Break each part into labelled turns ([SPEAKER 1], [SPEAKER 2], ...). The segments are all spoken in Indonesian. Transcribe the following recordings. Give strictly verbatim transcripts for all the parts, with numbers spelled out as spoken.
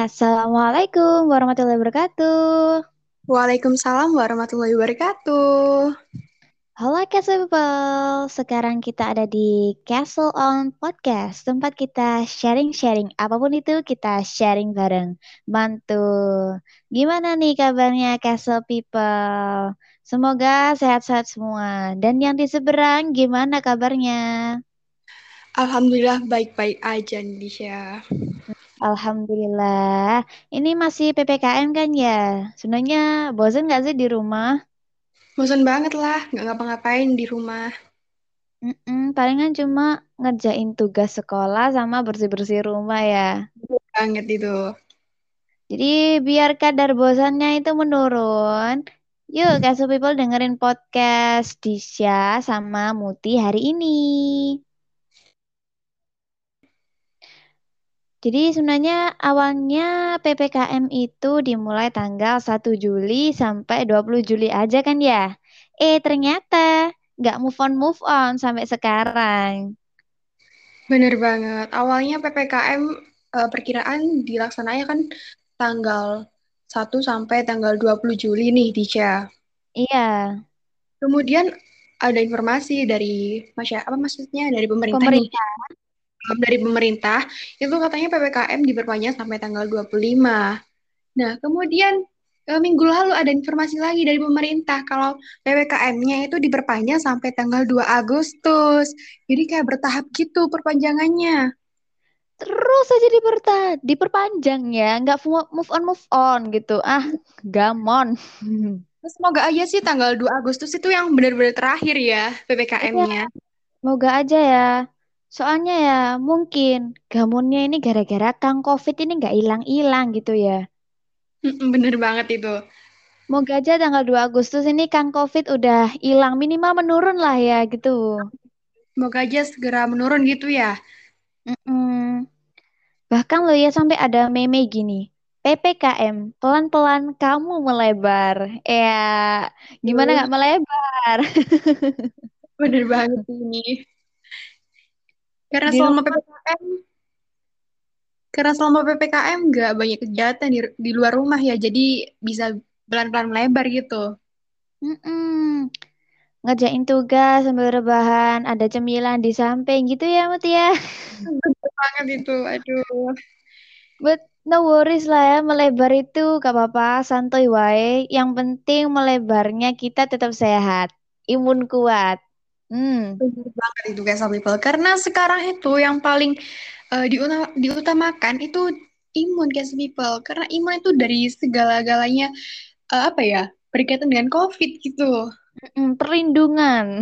[SPEAKER 1] Assalamualaikum warahmatullahi wabarakatuh.
[SPEAKER 2] Waalaikumsalam warahmatullahi wabarakatuh.
[SPEAKER 1] Halo Castle People, sekarang kita ada di Castle on Podcast, tempat kita sharing-sharing, apapun itu kita sharing bareng. Mantul. Gimana nih kabarnya Castle People? Semoga sehat-sehat semua. Dan yang di seberang gimana kabarnya?
[SPEAKER 2] Alhamdulillah baik-baik aja nih, Disha.
[SPEAKER 1] Alhamdulillah. Ini masih P P K M kan ya? Sebenarnya bosan nggak sih di rumah?
[SPEAKER 2] Bosan banget lah, nggak ngapa-ngapain di rumah.
[SPEAKER 1] Mm-mm, palingan cuma ngerjain tugas sekolah sama bersih-bersih rumah ya.
[SPEAKER 2] Banget itu.
[SPEAKER 1] Jadi biar kadar bosannya itu menurun, yuk Kasu People dengerin podcast Disha sama Muti hari ini. Jadi sebenarnya awalnya P P K M itu dimulai tanggal satu Juli sampai dua puluh Juli aja kan ya. Eh ternyata nggak move on move on sampai sekarang.
[SPEAKER 2] Bener banget. Awalnya P P K M eh, perkiraan dilaksananya kan tanggal satu sampai tanggal dua puluh Juli nih, Disha.
[SPEAKER 1] Iya,
[SPEAKER 2] Kemudian ada informasi dari masyarakat, apa maksudnya dari pemerintah nih.
[SPEAKER 1] pemerintah.
[SPEAKER 2] Dari pemerintah itu katanya P P K M diperpanjang sampai tanggal dua puluh lima. Nah, kemudian eh, minggu lalu ada informasi lagi dari pemerintah kalau P P K M-nya itu diperpanjang sampai tanggal dua Agustus. Jadi kayak bertahap gitu perpanjangannya.
[SPEAKER 1] Terus aja diperta diperpanjang ya, nggak fu- move on move on gitu. Ah, gamon.
[SPEAKER 2] Terus semoga aja sih tanggal dua Agustus itu yang benar-benar terakhir ya
[SPEAKER 1] Iya,
[SPEAKER 2] P P K M-nya.
[SPEAKER 1] semoga aja ya. Soalnya ya mungkin gamonnya ini gara-gara Kang COVID ini nggak hilang-hilang gitu ya.
[SPEAKER 2] Bener banget itu.
[SPEAKER 1] Moga aja tanggal dua Agustus ini Kang COVID udah hilang, minimal menurun lah ya gitu.
[SPEAKER 2] Semoga aja segera menurun gitu ya.
[SPEAKER 1] Mm-mm. Bahkan lo ya sampai ada meme gini. P P K M, pelan-pelan kamu melebar. Ya, gimana
[SPEAKER 2] Tuh,
[SPEAKER 1] nggak melebar?
[SPEAKER 2] bener banget ini. Karena
[SPEAKER 1] Di
[SPEAKER 2] selama
[SPEAKER 1] rumah.
[SPEAKER 2] P P K M, karena selama P P K M nggak banyak kegiatan di, di luar rumah ya, jadi bisa pelan-pelan melebar gitu.
[SPEAKER 1] Mm-mm. Ngerjain tugas sambil rebahan, ada cemilan di samping gitu ya Mutia.
[SPEAKER 2] Bener banget itu, aduh.
[SPEAKER 1] But no worries lah ya, melebar itu gak apa-apa, santuy wae. Yang penting melebarnya kita tetap sehat, imun kuat. Hmm,
[SPEAKER 2] Bener banget itu guys, people. Karena sekarang itu yang paling eh, diutama- diutamakan itu imun guys, people. Karena imun itu dari segala-galanya eh, apa ya berkaitan dengan COVID gitu.
[SPEAKER 1] mm-mm, perlindungan.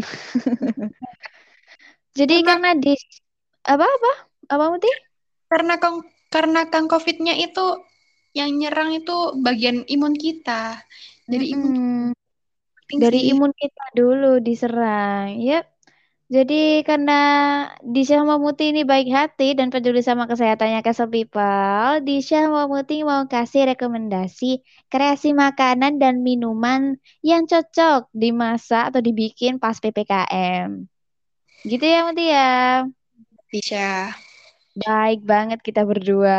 [SPEAKER 1] Jadi
[SPEAKER 2] Karena
[SPEAKER 1] karena di apa-apa? Apa Muti?
[SPEAKER 2] karena kong karena kan COVID-nya itu yang nyerang itu bagian imun kita. Jadi imun kita
[SPEAKER 1] Mm-mm.
[SPEAKER 2] penting
[SPEAKER 1] Dari
[SPEAKER 2] sih.
[SPEAKER 1] imun kita dulu diserang. Yep. Jadi karena Disha Mamuti ini baik hati dan peduli sama kesehatannya Castle People, Disha Mamuti mau kasih rekomendasi kreasi makanan dan minuman yang cocok dimasak atau dibikin pas P P K M. Gitu ya Muti ya.
[SPEAKER 2] Bisa.
[SPEAKER 1] Baik banget kita berdua.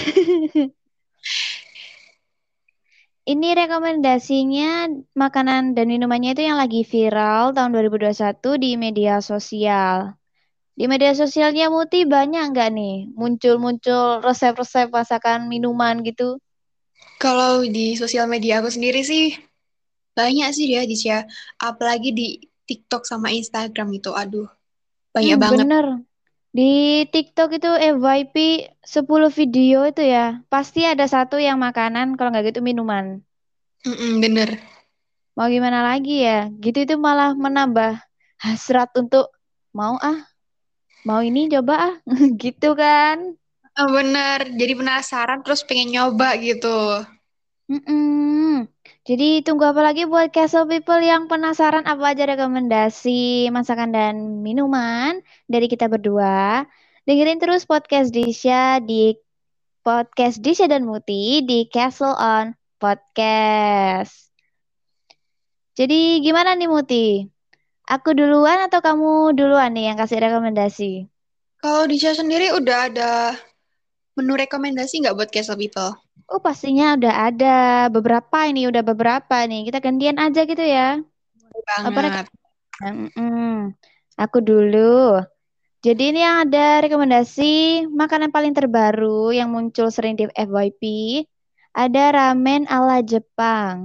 [SPEAKER 1] Ini rekomendasinya makanan dan minumannya itu yang lagi viral tahun dua ribu dua puluh satu di media sosial. Di media sosialnya Muti banyak nggak nih muncul-muncul resep-resep masakan minuman gitu?
[SPEAKER 2] Kalau di sosial media aku sendiri sih banyak sih dia di share. Apalagi di TikTok sama Instagram itu. Aduh, banyak
[SPEAKER 1] Hmm,
[SPEAKER 2] banget.
[SPEAKER 1] bener. Di TikTok itu F Y P sepuluh video itu ya. Pasti ada satu yang makanan, kalau nggak gitu minuman.
[SPEAKER 2] Mm-mm, bener.
[SPEAKER 1] Mau gimana lagi ya? Gitu itu malah menambah hasrat untuk mau ah, mau ini coba ah. Gitu kan.
[SPEAKER 2] Ah, bener. Jadi penasaran terus pengen nyoba gitu.
[SPEAKER 1] Mm-mm. Jadi tunggu apa lagi buat Castle People yang penasaran apa aja rekomendasi masakan dan minuman dari kita berdua. Dengerin terus podcast Disha di podcast Disha dan Muti di Castle on Podcast. Jadi gimana nih Muti? Aku duluan atau kamu duluan nih yang kasih rekomendasi?
[SPEAKER 2] Kalau di share sendiri udah ada menu rekomendasi nggak buat casual people?
[SPEAKER 1] Oh, pastinya udah ada beberapa ini, udah beberapa nih. Kita gantian aja gitu ya. Apa
[SPEAKER 2] Banget.
[SPEAKER 1] rekomendasi? Mm-mm. Aku dulu. Jadi ini yang ada rekomendasi makanan paling terbaru yang muncul sering di F Y P. Ada ramen ala Jepang.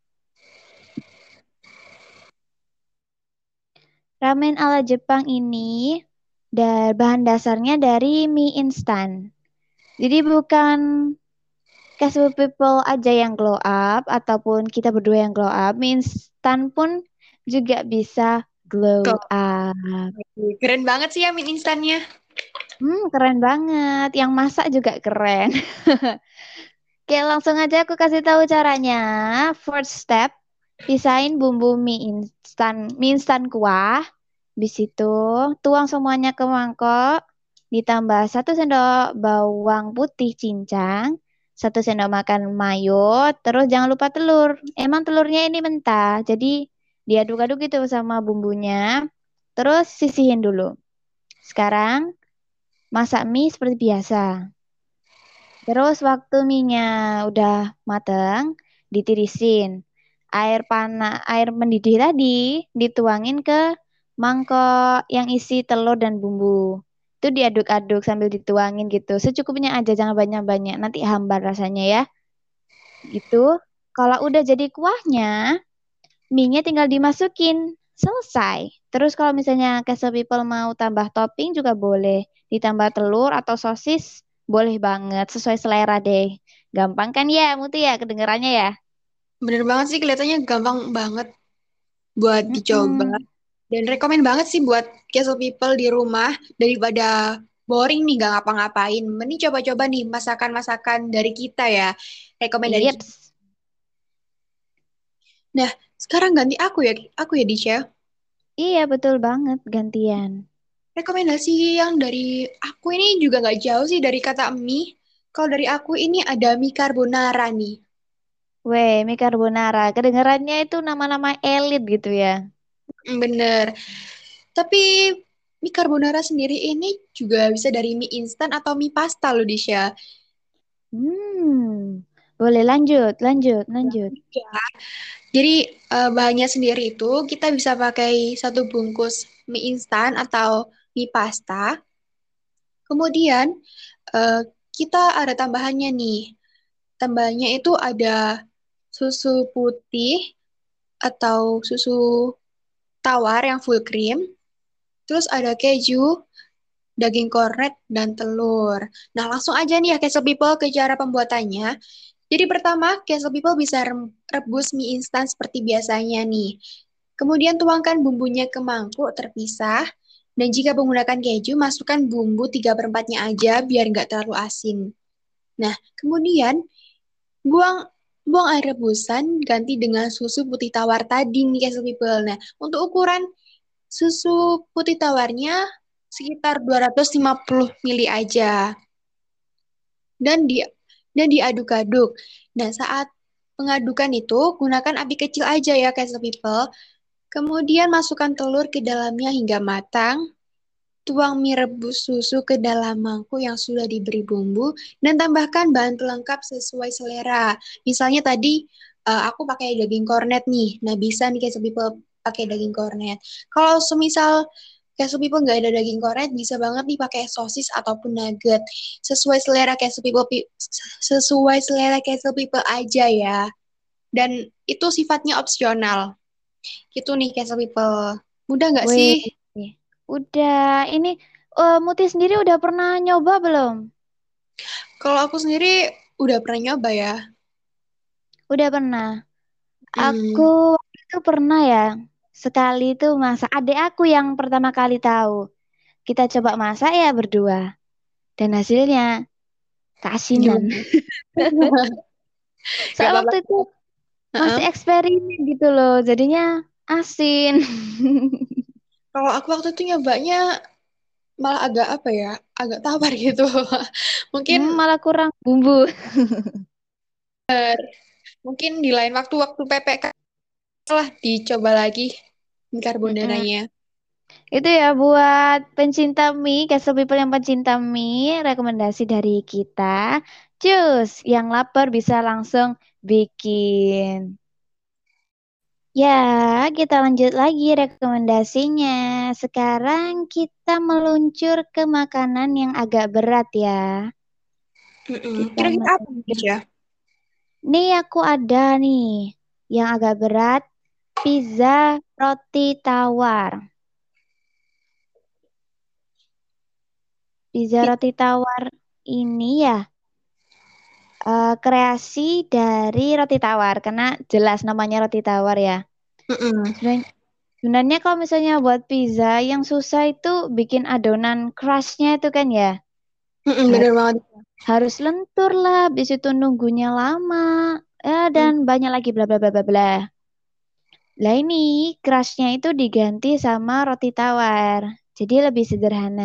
[SPEAKER 1] Ramen ala Jepang ini da- bahan dasarnya dari mie instan. Jadi bukan casual people aja yang glow up ataupun kita berdua yang glow up. Mie instan pun juga bisa glow
[SPEAKER 2] Kok
[SPEAKER 1] up.
[SPEAKER 2] keren banget sih ya mie instannya.
[SPEAKER 1] Hmm, keren banget. Yang masak juga keren. Oke, langsung aja aku kasih tahu caranya. First step, pisahin bumbu mie instan, mie instan kuah. Di situ tuang semuanya ke mangkok, ditambah satu sendok bawang putih cincang, satu sendok makan mayo, terus jangan lupa telur. Emang telurnya ini mentah, jadi diaduk-aduk gitu sama bumbunya. Terus sisihin dulu. Sekarang masak mie seperti biasa. Terus waktu minyak udah mateng, ditirisin. Air panas, air mendidih tadi dituangin ke mangkok yang isi telur dan bumbu. Itu diaduk-aduk sambil dituangin gitu. Secukupnya aja, jangan banyak-banyak. Nanti hambar rasanya ya. Gitu. Kalau udah jadi kuahnya, mie-nya tinggal dimasukin. Selesai. Terus kalau misalnya Castle People mau tambah topping juga boleh. Ditambah telur atau sosis, boleh banget. Sesuai selera deh. Gampang kan ya, Muti ya, kedengerannya ya?
[SPEAKER 2] Bener banget sih kelihatannya gampang banget buat dicoba.
[SPEAKER 1] Mm-mm.
[SPEAKER 2] Dan rekomen banget sih buat casual people di rumah daripada boring nih gak ngapa-ngapain. Mending coba-coba nih masakan-masakan dari kita ya. Rekomen dari kita.
[SPEAKER 1] Yeps.
[SPEAKER 2] Nah, sekarang ganti aku ya, aku ya Disha.
[SPEAKER 1] Iya, betul banget. Gantian.
[SPEAKER 2] Rekomendasi yang dari aku ini juga nggak jauh sih dari kata mie. Kalau dari aku ini ada mie carbonara nih.
[SPEAKER 1] Weh, mie carbonara. Kedengerannya itu nama-nama elit gitu ya.
[SPEAKER 2] Hmm, bener. Tapi mie carbonara sendiri ini juga bisa dari mie instan atau mie pasta loh, Disha.
[SPEAKER 1] Hmm. Boleh lanjut, lanjut, lanjut.
[SPEAKER 2] Jadi eh, bahannya sendiri itu kita bisa pakai satu bungkus mie instan atau mie pasta. Kemudian eh, kita ada tambahannya nih. Tambahannya itu ada susu putih atau susu tawar yang full cream. Terus ada keju, daging kornet, dan telur. Nah, langsung aja nih ya Castle People ke cara pembuatannya. Jadi pertama, Castle People bisa rem- rebus mie instan seperti biasanya nih. Kemudian tuangkan bumbunya ke mangkuk terpisah. Dan jika menggunakan keju, masukkan bumbu tiga per empatnya aja biar nggak terlalu asin. Nah, kemudian buang buang air rebusan ganti dengan susu putih tawar tadi nih Castle People. Nah, untuk ukuran susu putih tawarnya sekitar dua ratus lima puluh mili aja. Dan di dan diaduk-aduk. Nah, saat pengadukan itu gunakan api kecil aja ya Castle People. Kemudian masukkan telur ke dalamnya hingga matang. Tuang mie rebus susu ke dalam mangkuk yang sudah diberi bumbu dan tambahkan bahan pelengkap sesuai selera. Misalnya tadi eh, aku pakai daging kornet nih. Nah, bisa nih kayak people pakai daging kornet. Kalau semisal kayak people nggak ada daging kornet, bisa banget nih pakai sosis ataupun nugget. Sesuai selera kayak people pi- sesuai selera kayak people aja ya. Dan itu sifatnya opsional. Gitu nih kayak people. Mudah nggak sih?
[SPEAKER 1] Weh, udah. Ini eh, Muti sendiri udah pernah nyoba belum?
[SPEAKER 2] Kalau aku sendiri udah pernah nyoba ya.
[SPEAKER 1] Udah pernah. Aku
[SPEAKER 2] Hmm,
[SPEAKER 1] waktu itu pernah ya. Sekali itu masak. Adik aku yang pertama kali tahu. Kita coba masak ya berdua. Dan hasilnya keasinan.
[SPEAKER 2] gimana? Gak
[SPEAKER 1] Soalnya
[SPEAKER 2] apa-apa.
[SPEAKER 1] waktu itu masih
[SPEAKER 2] Heeh.
[SPEAKER 1] eksperimen gitu loh. Jadinya asin.
[SPEAKER 2] Kalau aku waktu itu nyobanya malah agak apa ya, agak tawar gitu. Mungkin
[SPEAKER 1] Hmm, malah kurang bumbu.
[SPEAKER 2] mungkin di lain waktu waktu P P K lah dicoba lagi
[SPEAKER 1] Mm-mm.
[SPEAKER 2] carbonaranya.
[SPEAKER 1] Itu ya buat pencinta mie, casual people yang pencinta mie, rekomendasi dari kita. Cus, yang lapar bisa langsung bikin. Ya, kita lanjut lagi rekomendasinya. Sekarang kita meluncur ke makanan yang agak berat ya.
[SPEAKER 2] Mm-mm.
[SPEAKER 1] Kita
[SPEAKER 2] Kira-kira apa nih,
[SPEAKER 1] meluncur.
[SPEAKER 2] Cia?
[SPEAKER 1] Nih aku ada nih yang agak berat, pizza roti tawar. Pizza
[SPEAKER 2] Pi-
[SPEAKER 1] roti tawar ini ya eh, kreasi dari roti tawar karena jelas namanya roti tawar ya.
[SPEAKER 2] Mm-mm.
[SPEAKER 1] Sebenarnya, sebenarnya kalau misalnya buat pizza yang susah itu bikin adonan crustnya itu kan ya.
[SPEAKER 2] Mm-mm, bener
[SPEAKER 1] Har-
[SPEAKER 2] banget.
[SPEAKER 1] harus lentur lah, habis itu nunggunya lama. Ya,
[SPEAKER 2] Mm.
[SPEAKER 1] dan banyak lagi bla bla bla bla bla. Lah ini crustnya itu diganti sama roti tawar. Jadi lebih sederhana.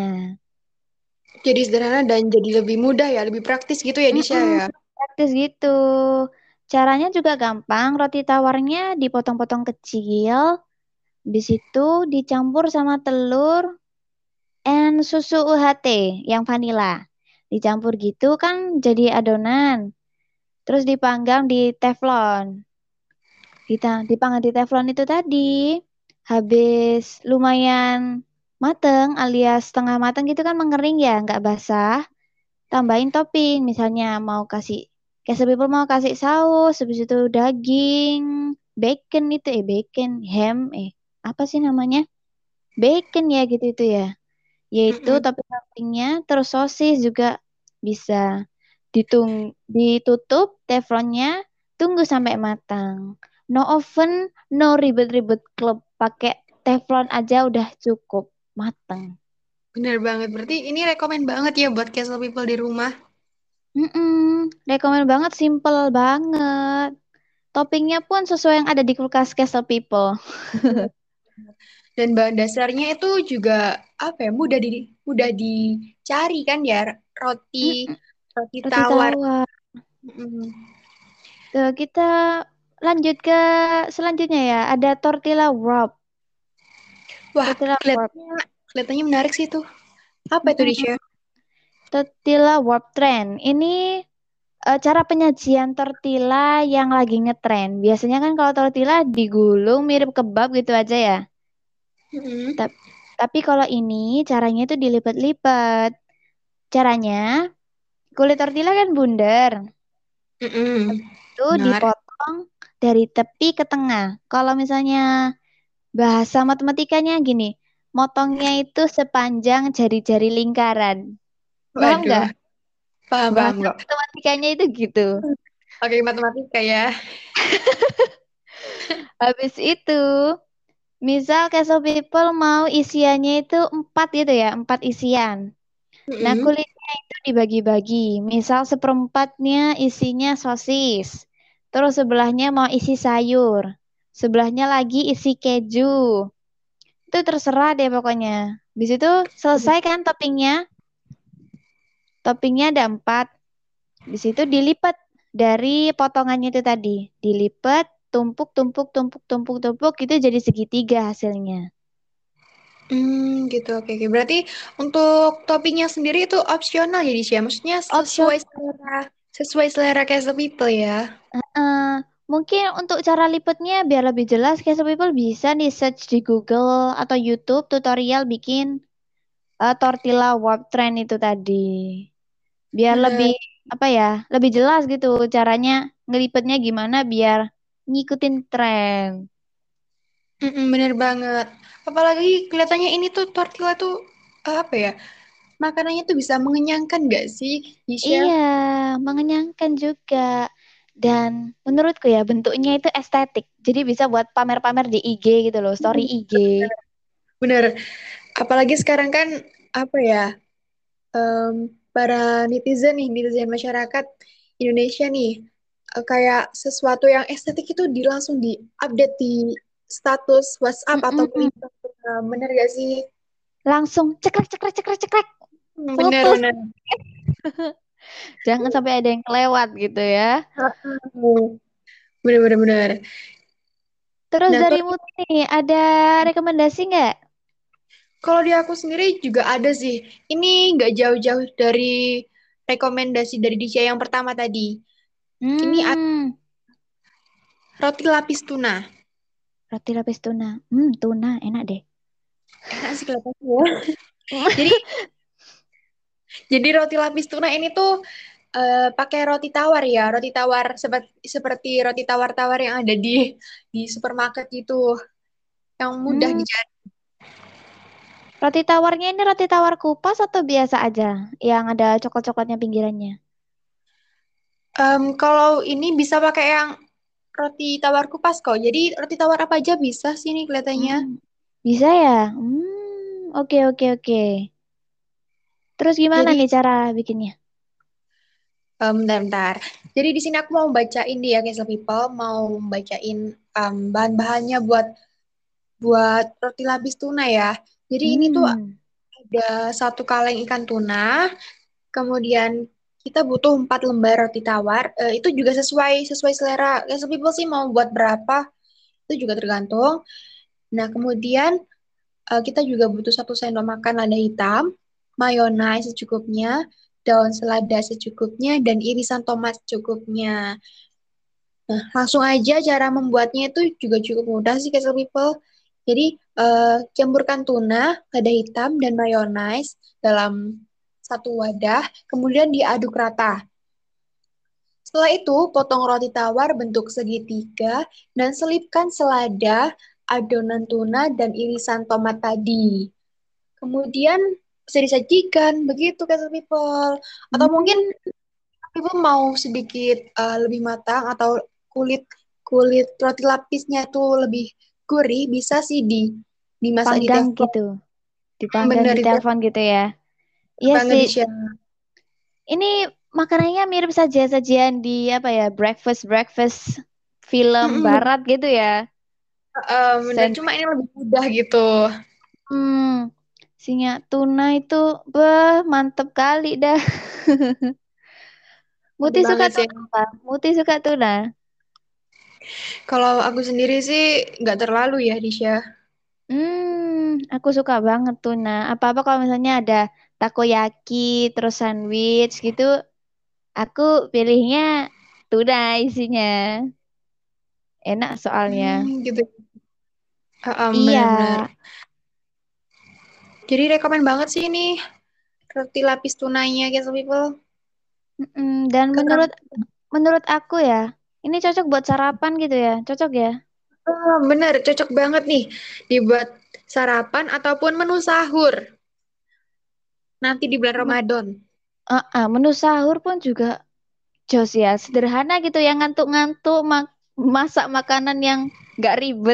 [SPEAKER 2] Jadi sederhana dan jadi lebih mudah ya, lebih praktis gitu ya, Disha
[SPEAKER 1] Mm-mm,
[SPEAKER 2] ya.
[SPEAKER 1] praktis gitu. Caranya juga gampang. Roti tawarnya dipotong-potong kecil. Di situ dicampur sama telur and susu U H T yang vanila. Dicampur gitu kan jadi adonan. Terus dipanggang di teflon. Kita dipanggang di teflon itu tadi. Habis lumayan mateng alias setengah mateng gitu kan mengering ya, nggak basah. Tambahin topping, misalnya mau kasih kayak people mau kasih saus, habis itu daging, bacon itu eh bacon, ham eh apa sih namanya? Bacon ya gitu itu ya. Yaitu
[SPEAKER 2] Mm-mm.
[SPEAKER 1] topping-toppingnya terus sosis juga bisa. Ditung ditutup teflonnya, tunggu sampai matang. No oven, no ribet-ribet klep, pakai teflon aja udah cukup matang.
[SPEAKER 2] Bener banget. Berarti ini rekomen banget ya buat casual people di rumah.
[SPEAKER 1] Mm-mm, rekomen banget, simple banget. Toppingnya pun sesuai yang ada di kulkas Castle People.
[SPEAKER 2] Bener. Dan bahan dasarnya itu juga apa ya, mudah di mudah dicari kan ya, roti
[SPEAKER 1] Mm-mm,
[SPEAKER 2] roti
[SPEAKER 1] roti
[SPEAKER 2] tawar.
[SPEAKER 1] tawar.
[SPEAKER 2] Mm.
[SPEAKER 1] Tuh, kita lanjut ke selanjutnya ya. Ada tortilla wrap.
[SPEAKER 2] Wah,
[SPEAKER 1] Tortilla wrap.
[SPEAKER 2] kelihatannya kelihatannya menarik sih tuh. Apa itu,
[SPEAKER 1] Mm-mm,
[SPEAKER 2] Disha?
[SPEAKER 1] tortilla wrap trend. Ini eh, cara penyajian tortilla yang lagi ngetren. Biasanya kan kalau tortilla digulung mirip kebab gitu aja ya.
[SPEAKER 2] Mm-mm.
[SPEAKER 1] Ta- Tapi kalau ini caranya itu dilipat-lipat. Caranya kulit tortilla kan bundar.
[SPEAKER 2] Mm-mm.
[SPEAKER 1] Itu
[SPEAKER 2] Benar.
[SPEAKER 1] dipotong dari tepi ke tengah. Kalau misalnya bahasa matematikanya gini, motongnya itu sepanjang jari-jari lingkaran. Paham
[SPEAKER 2] Waduh,
[SPEAKER 1] nggak?
[SPEAKER 2] paham paham
[SPEAKER 1] Bahasa
[SPEAKER 2] kok.
[SPEAKER 1] matematikanya itu gitu.
[SPEAKER 2] Oke, matematika ya.
[SPEAKER 1] Habis itu, misal Castle People mau isiannya itu empat gitu ya, empat isian. Nah,
[SPEAKER 2] Mm-mm.
[SPEAKER 1] kulitnya itu dibagi-bagi. Misal seperempatnya isinya sosis. Terus sebelahnya mau isi sayur. Sebelahnya lagi isi keju. Itu terserah deh pokoknya. Habis itu selesai kan toppingnya. Toppingnya ada empat. Di situ dilipat dari potongannya itu tadi. Dilipat, tumpuk, tumpuk, tumpuk, tumpuk, tumpuk. Itu jadi segitiga hasilnya.
[SPEAKER 2] Hmm, gitu. Oke, oke. Berarti untuk toppingnya sendiri itu opsional ya, Disha? Maksudnya
[SPEAKER 1] Option
[SPEAKER 2] sesuai selera sesuai selera casual people ya.
[SPEAKER 1] eh, mungkin untuk cara lipetnya biar lebih jelas, casual people bisa nih search di Google atau YouTube tutorial bikin eh, tortilla warp trend itu tadi. Biar lebih
[SPEAKER 2] Bener.
[SPEAKER 1] apa ya, lebih jelas gitu caranya ngelipetnya gimana biar ngikutin tren.
[SPEAKER 2] Mm-mm, bener banget. Apalagi kelihatannya ini tuh tortilla tuh eh, apa ya? Makanannya tuh bisa mengenyangkan gak sih, Disha?
[SPEAKER 1] Iya, mengenyangkan juga. Dan menurutku ya bentuknya itu estetik. Jadi bisa buat pamer-pamer di I G gitu loh, story
[SPEAKER 2] Hmm,
[SPEAKER 1] I G.
[SPEAKER 2] bener. Apalagi sekarang kan apa ya? em, para netizen nih, netizen masyarakat Indonesia nih, eh, kayak sesuatu yang estetik itu di langsung di-update di status WhatsApp atau
[SPEAKER 1] Mm-mm.
[SPEAKER 2] Instagram. Bener gak sih?
[SPEAKER 1] Langsung cekrek cekrek cekrek cekrek
[SPEAKER 2] Hmm, bener,
[SPEAKER 1] foto.
[SPEAKER 2] bener.
[SPEAKER 1] Jangan sampai ada yang kelewat gitu ya.
[SPEAKER 2] Heeh. Bener, bener, bener.
[SPEAKER 1] Terus
[SPEAKER 2] Nah,
[SPEAKER 1] dari
[SPEAKER 2] kalau
[SPEAKER 1] Muti nih, ada rekomendasi nggak?
[SPEAKER 2] kalau di aku sendiri juga ada sih. Ini nggak jauh-jauh dari rekomendasi dari Disha yang pertama tadi. Ini ada
[SPEAKER 1] Hmm,
[SPEAKER 2] roti lapis tuna.
[SPEAKER 1] roti lapis tuna. Hmm, tuna enak deh.
[SPEAKER 2] Enak sih kelihatannya ya. Jadi jadi roti lapis tuna ini tuh eh, pakai roti tawar ya, roti tawar seperti seperti roti tawar-tawar yang ada di di supermarket itu, yang mudah
[SPEAKER 1] Hmm,
[SPEAKER 2] dicari.
[SPEAKER 1] roti tawarnya ini roti tawar kupas atau biasa aja yang ada coklat-coklatnya pinggirannya?
[SPEAKER 2] Em, kalau ini bisa pakai yang roti tawar kupas kok. Jadi roti tawar apa aja bisa sih ini kelihatannya.
[SPEAKER 1] Hmm, bisa ya? Hmm, oke oke oke. Terus gimana
[SPEAKER 2] Jadi
[SPEAKER 1] nih cara bikinnya?
[SPEAKER 2] em, bentar-bentar. Jadi di sini aku mau bacain nih ya, Cancel People, mau bacain em, bahan-bahannya buat buat roti lapis tuna ya. Jadi ini tuh
[SPEAKER 1] Hmm,
[SPEAKER 2] ada satu kaleng ikan tuna, kemudian kita butuh empat lembar roti tawar. Eh, itu juga sesuai sesuai selera. Cancel People sih mau buat berapa itu juga tergantung. Nah kemudian eh, kita juga butuh satu sendok makan lada hitam, mayonaise secukupnya, daun selada secukupnya, dan irisan tomat secukupnya. Nah, langsung aja cara membuatnya itu juga cukup mudah sih, Castle People. Jadi, eh, campurkan tuna, lada hitam, dan mayonaise dalam satu wadah, kemudian diaduk rata. Setelah itu, potong roti tawar bentuk segitiga dan selipkan selada, adonan tuna, dan irisan tomat tadi. Kemudian bisa disajikan, begitu Castle People. Atau mungkin
[SPEAKER 1] hmm,
[SPEAKER 2] People mau sedikit eh, lebih matang atau kulit kulit roti lapisnya tuh lebih gurih, bisa sih di dimasak di
[SPEAKER 1] panggang
[SPEAKER 2] teflon.
[SPEAKER 1] gitu,
[SPEAKER 2] Hmm,
[SPEAKER 1] dipanggang
[SPEAKER 2] bener
[SPEAKER 1] di
[SPEAKER 2] itu
[SPEAKER 1] telepon gitu ya. Iya
[SPEAKER 2] banget
[SPEAKER 1] sih,
[SPEAKER 2] di share.
[SPEAKER 1] ini makanannya mirip saja sajian di apa ya, breakfast breakfast film
[SPEAKER 2] Mm-mm,
[SPEAKER 1] barat gitu ya.
[SPEAKER 2] eh, bener, cuma
[SPEAKER 1] Sandwich.
[SPEAKER 2] ini lebih mudah gitu.
[SPEAKER 1] Hmm, singa tuna itu, beh, mantep kali dah. Muti
[SPEAKER 2] Betul
[SPEAKER 1] suka
[SPEAKER 2] banget sih.
[SPEAKER 1] tuna apa? Muti suka tuna.
[SPEAKER 2] Kalau aku sendiri sih nggak terlalu ya, Disha.
[SPEAKER 1] Hmm, aku suka banget tuna. Apa-apa kalau misalnya ada takoyaki, terus sandwich gitu, aku pilihnya tuna isinya. Enak soalnya.
[SPEAKER 2] Hmm, gitu. Ah, ah,
[SPEAKER 1] Iya.
[SPEAKER 2] bener-bener. Jadi rekomen banget sih ini roti lapis tunanya, guys, people.
[SPEAKER 1] Mm-mm. Dan
[SPEAKER 2] Karena
[SPEAKER 1] menurut menurut aku ya, ini cocok buat sarapan gitu ya. Cocok ya.
[SPEAKER 2] ah, bener, cocok banget nih dibuat sarapan ataupun menu sahur nanti di bulan
[SPEAKER 1] Men-
[SPEAKER 2] Ramadan.
[SPEAKER 1] ah, ah, menu sahur pun juga jos ya. Sederhana gitu ya, ngantuk-ngantuk mak- masak makanan yang nggak ribet.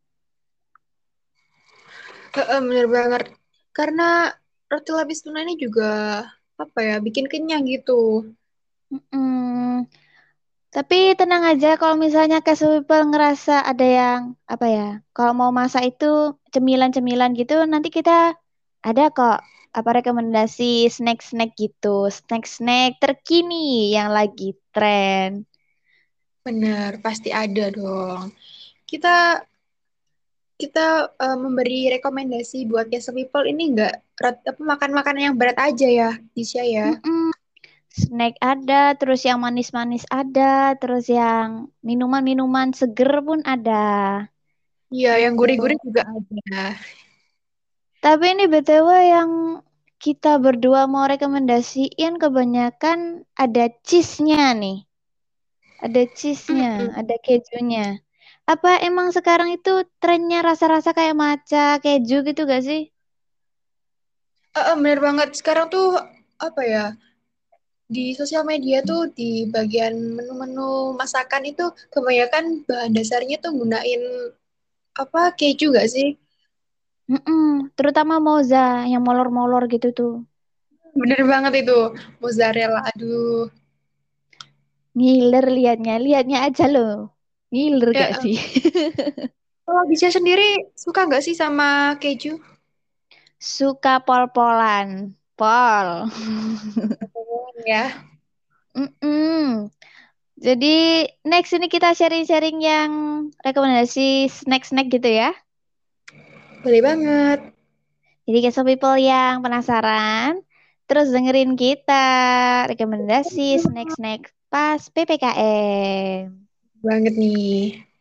[SPEAKER 2] Heeh, bener banget. Karena roti lapis tuna ini juga apa ya, bikin kenyang gitu.
[SPEAKER 1] Mm-mm. Tapi tenang aja kalau misalnya casual people ngerasa ada yang apa ya, kalau mau masak itu cemilan-cemilan gitu, nanti kita ada kok apa rekomendasi snack-snack gitu, snack-snack terkini yang lagi tren.
[SPEAKER 2] Bener, pasti ada dong. Kita kita eh, memberi rekomendasi buat Castle People ini enggak apa makan makanan yang berat aja ya, Disha ya.
[SPEAKER 1] Mm-mm. Snack ada, terus yang manis-manis ada, terus yang minuman-minuman seger pun ada.
[SPEAKER 2] Iya, yang
[SPEAKER 1] Gitu.
[SPEAKER 2] gurih-gurih juga ada.
[SPEAKER 1] Tapi ini B T W yang kita berdua mau rekomendasiin kebanyakan ada cheese-nya nih. Ada cheese-nya,
[SPEAKER 2] Mm-mm.
[SPEAKER 1] ada kejunya. Apa emang sekarang itu trennya rasa-rasa kayak matcha, keju gitu gak sih?
[SPEAKER 2] Eh, eh, bener banget. Sekarang tuh apa ya? Di sosial media tuh di bagian menu-menu masakan itu kebanyakan bahan dasarnya tuh gunain apa keju gak sih?
[SPEAKER 1] Mm-mm, terutama moza yang molor-molor gitu tuh.
[SPEAKER 2] Bener banget itu mozzarella. Aduh.
[SPEAKER 1] Ngiler liatnya, liatnya aja loh. Ngiler
[SPEAKER 2] Ya,
[SPEAKER 1] gak
[SPEAKER 2] eh,
[SPEAKER 1] sih?
[SPEAKER 2] kalau Disha sendiri suka nggak sih sama keju?
[SPEAKER 1] Suka pol-polan. Pol.
[SPEAKER 2] Oh, ya,
[SPEAKER 1] Mm-mm. Jadi next ini kita sharing-sharing yang rekomendasi snack-snack gitu ya.
[SPEAKER 2] boleh banget.
[SPEAKER 1] Jadi ke some people yang penasaran, Terus dengerin kita rekomendasi snack-snack pas P P K M.
[SPEAKER 2] Banget nih.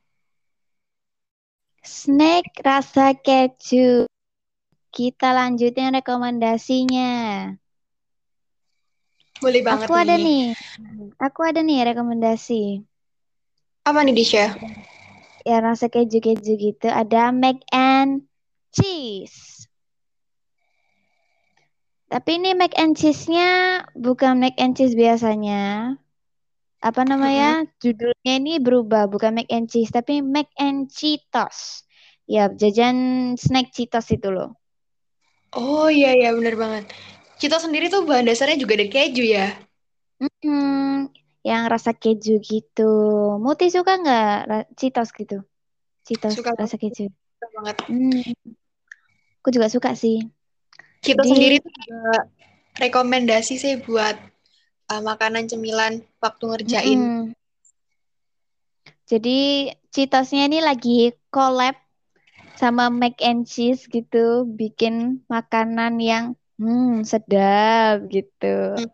[SPEAKER 1] Snack rasa keju. Kita lanjutin rekomendasinya.
[SPEAKER 2] Boleh banget
[SPEAKER 1] Aku ada
[SPEAKER 2] nih.
[SPEAKER 1] nih. Aku ada nih rekomendasi.
[SPEAKER 2] Apa nih, Disha?
[SPEAKER 1] Ya rasa keju-keju gitu. Ada mac and cheese. Tapi ini mac and cheese-nya bukan mac and cheese biasanya. Apa namanya?
[SPEAKER 2] Mm-mm.
[SPEAKER 1] Judulnya ini berubah, bukan mac and cheese, tapi mac and Cheetos. Ya, jajan snack Cheetos itu loh.
[SPEAKER 2] Oh iya iya bener banget. Kita sendiri tuh bahan dasarnya juga dari keju ya.
[SPEAKER 1] Mm-mm, yang rasa keju gitu. Muti suka nggak ra- Cheetos gitu? Cheetos
[SPEAKER 2] Suka
[SPEAKER 1] rasa
[SPEAKER 2] banget,
[SPEAKER 1] keju.
[SPEAKER 2] suka banget.
[SPEAKER 1] Hmm, aku juga suka sih.
[SPEAKER 2] Kita
[SPEAKER 1] Jadi,
[SPEAKER 2] sendiri tuh juga rekomendasi sih buat uh, makanan cemilan waktu ngerjain.
[SPEAKER 1] mm-mm. Jadi Cheetosnya ini lagi collab sama mac and cheese gitu, bikin makanan yang hmm sedap gitu.
[SPEAKER 2] Hmm.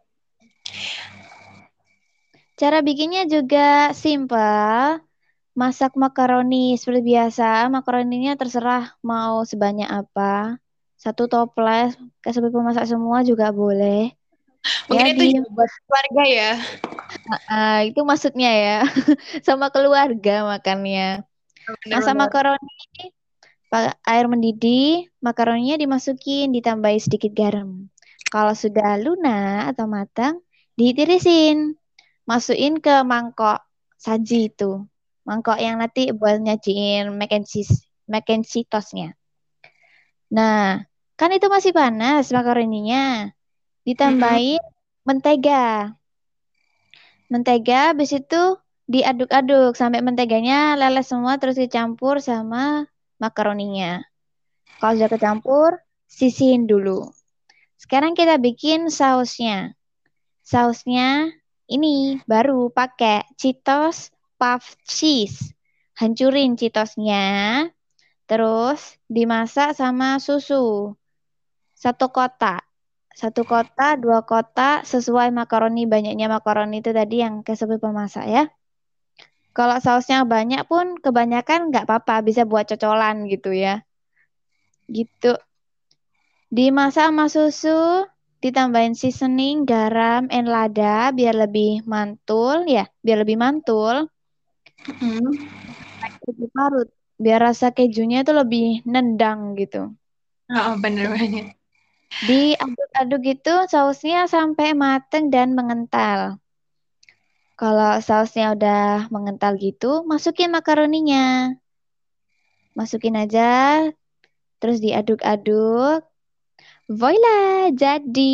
[SPEAKER 1] Cara bikinnya juga simple. Masak makaroni seperti biasa. Makaroninya terserah mau sebanyak apa. Satu toples, ke seperti pemasak semua juga boleh. Ya
[SPEAKER 2] Mungkin
[SPEAKER 1] di
[SPEAKER 2] itu juga buat keluarga ya.
[SPEAKER 1] ah, itu maksudnya ya. Sama keluarga makannya. Masak
[SPEAKER 2] Bener-bener.
[SPEAKER 1] makaroni, pa- air mendidih, makaroninya dimasukin, ditambahin sedikit garam. Kalau sudah lunak atau matang, ditirisin. Masukin ke mangkok saji itu. Mangkok yang nanti buat nyajiin mac and cheese, mac and cheese toastnya. Nah, kan itu masih panas makaroninya.
[SPEAKER 2] Mm-mm.
[SPEAKER 1] Ditambahin mentega. Mentega habis itu diaduk-aduk sampai menteganya leles semua terus dicampur sama makaroninya. Kalau sudah kecampur, sisihin dulu. Sekarang kita bikin sausnya. Sausnya ini baru pakai Cheetos Puff Cheese. Hancurin Cheetosnya, terus dimasak sama susu. Satu kotak. Satu kotak, dua kotak, sesuai makaroni banyaknya makaroni itu tadi yang kesebut pemasak ya. Kalau sausnya banyak pun kebanyakan nggak apa-apa, bisa buat cocolan gitu ya. Gitu. Dimasak sama susu, ditambahin seasoning, garam, and lada biar lebih mantul ya, biar lebih mantul,
[SPEAKER 2] Mm-mm.
[SPEAKER 1] lebih parut, biar rasa kejunya itu lebih nendang gitu.
[SPEAKER 2] Oh, bener banget.
[SPEAKER 1] Diaduk-aduk gitu sausnya sampai mateng dan mengental. Kalau sausnya udah mengental gitu, masukin makaroninya. Masukin aja, terus diaduk-aduk. Voila, jadi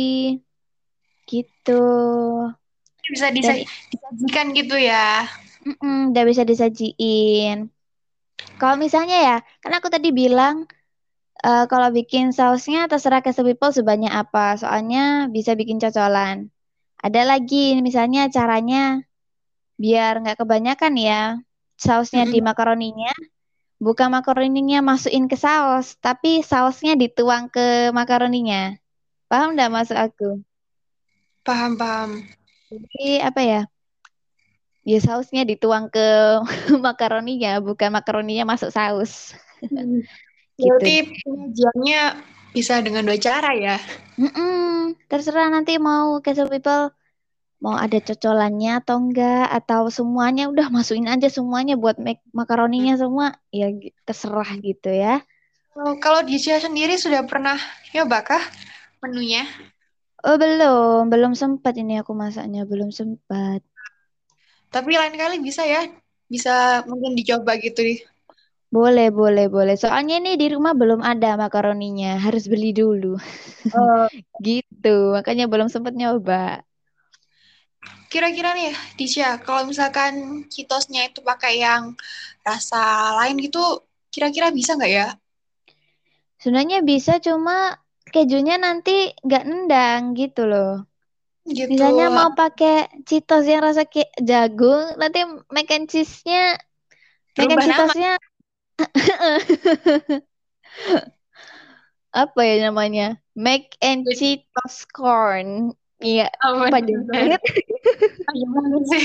[SPEAKER 1] gitu.
[SPEAKER 2] Bisa
[SPEAKER 1] Dan
[SPEAKER 2] disa- disajikan gitu ya.
[SPEAKER 1] mm-mm, udah bisa disajiin. Kalau misalnya ya, kan aku tadi bilang eh, kalau bikin sausnya terserah ke people sebanyak apa, soalnya bisa bikin cocolan. Ada lagi, misalnya caranya biar nggak kebanyakan ya, sausnya di
[SPEAKER 2] Mm-mm.
[SPEAKER 1] makaroninya, bukan makaroninya masukin ke saus, tapi sausnya dituang ke makaroninya. Paham nggak maksud aku?
[SPEAKER 2] Paham, paham.
[SPEAKER 1] Jadi apa ya? Ya sausnya dituang ke makaroninya, bukan makaroninya masuk saus.
[SPEAKER 2] Hmm.
[SPEAKER 1] Gitu.
[SPEAKER 2] Berarti penyajiannya bisa dengan dua cara ya.
[SPEAKER 1] Mm-mm, terserah nanti mau casual people mau ada cocolannya atau enggak atau semuanya udah masukin aja semuanya buat make makaroninya semua ya gi- terserah gitu ya.
[SPEAKER 2] Oh, kalau di Cia sendiri sudah pernah nyoba kah menunya?
[SPEAKER 1] Oh belum, belum sempat ini aku masaknya belum sempat.
[SPEAKER 2] Tapi lain kali bisa ya, bisa mungkin dicoba gitu nih.
[SPEAKER 1] Boleh, boleh, boleh. Soalnya ini di rumah belum ada makaroninya, harus beli dulu.
[SPEAKER 2] Eh,
[SPEAKER 1] Gitu, makanya belum sempat nyoba.
[SPEAKER 2] Kira-kira nih, Disha, kalau misalkan kitosnya itu pakai yang rasa lain gitu, kira-kira bisa nggak ya?
[SPEAKER 1] Sebenarnya bisa cuma kejunya nanti nggak nendang gitu loh.
[SPEAKER 2] Gitu,
[SPEAKER 1] Misalnya mau pakai Cheetos yang rasa kayak jagung, nanti mac and cheese-nya, mac and
[SPEAKER 2] berubah nama.
[SPEAKER 1] Cheetos-nya Apa ya namanya? Mac and cheese toast corn. Iya,
[SPEAKER 2] Oh,
[SPEAKER 1] panjang
[SPEAKER 2] bener.
[SPEAKER 1] banget.
[SPEAKER 2] Oh, gimana sih?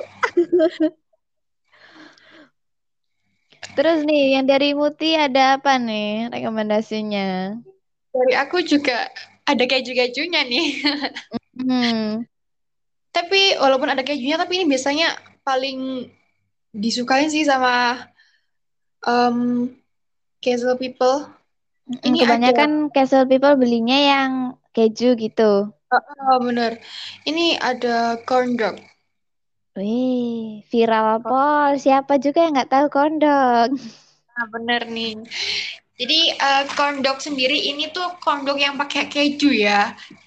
[SPEAKER 1] Terus nih, yang dari Muti ada apa nih rekomendasinya?
[SPEAKER 2] Dari aku juga ada keju-kejunya nih.
[SPEAKER 1] Hmm,
[SPEAKER 2] Tapi walaupun ada kejunya, tapi ini biasanya paling disukain sih sama um, casual people.
[SPEAKER 1] mm,
[SPEAKER 2] Ini ada,
[SPEAKER 1] kebanyakan casual people belinya yang keju gitu.
[SPEAKER 2] oh, oh, bener. Ini ada corn dog.
[SPEAKER 1] Wih, viral pol. Siapa juga yang nggak tahu kondok?
[SPEAKER 2] Nah, bener nih. Jadi eh, corn dog sendiri ini tuh corn dog yang pakai keju ya.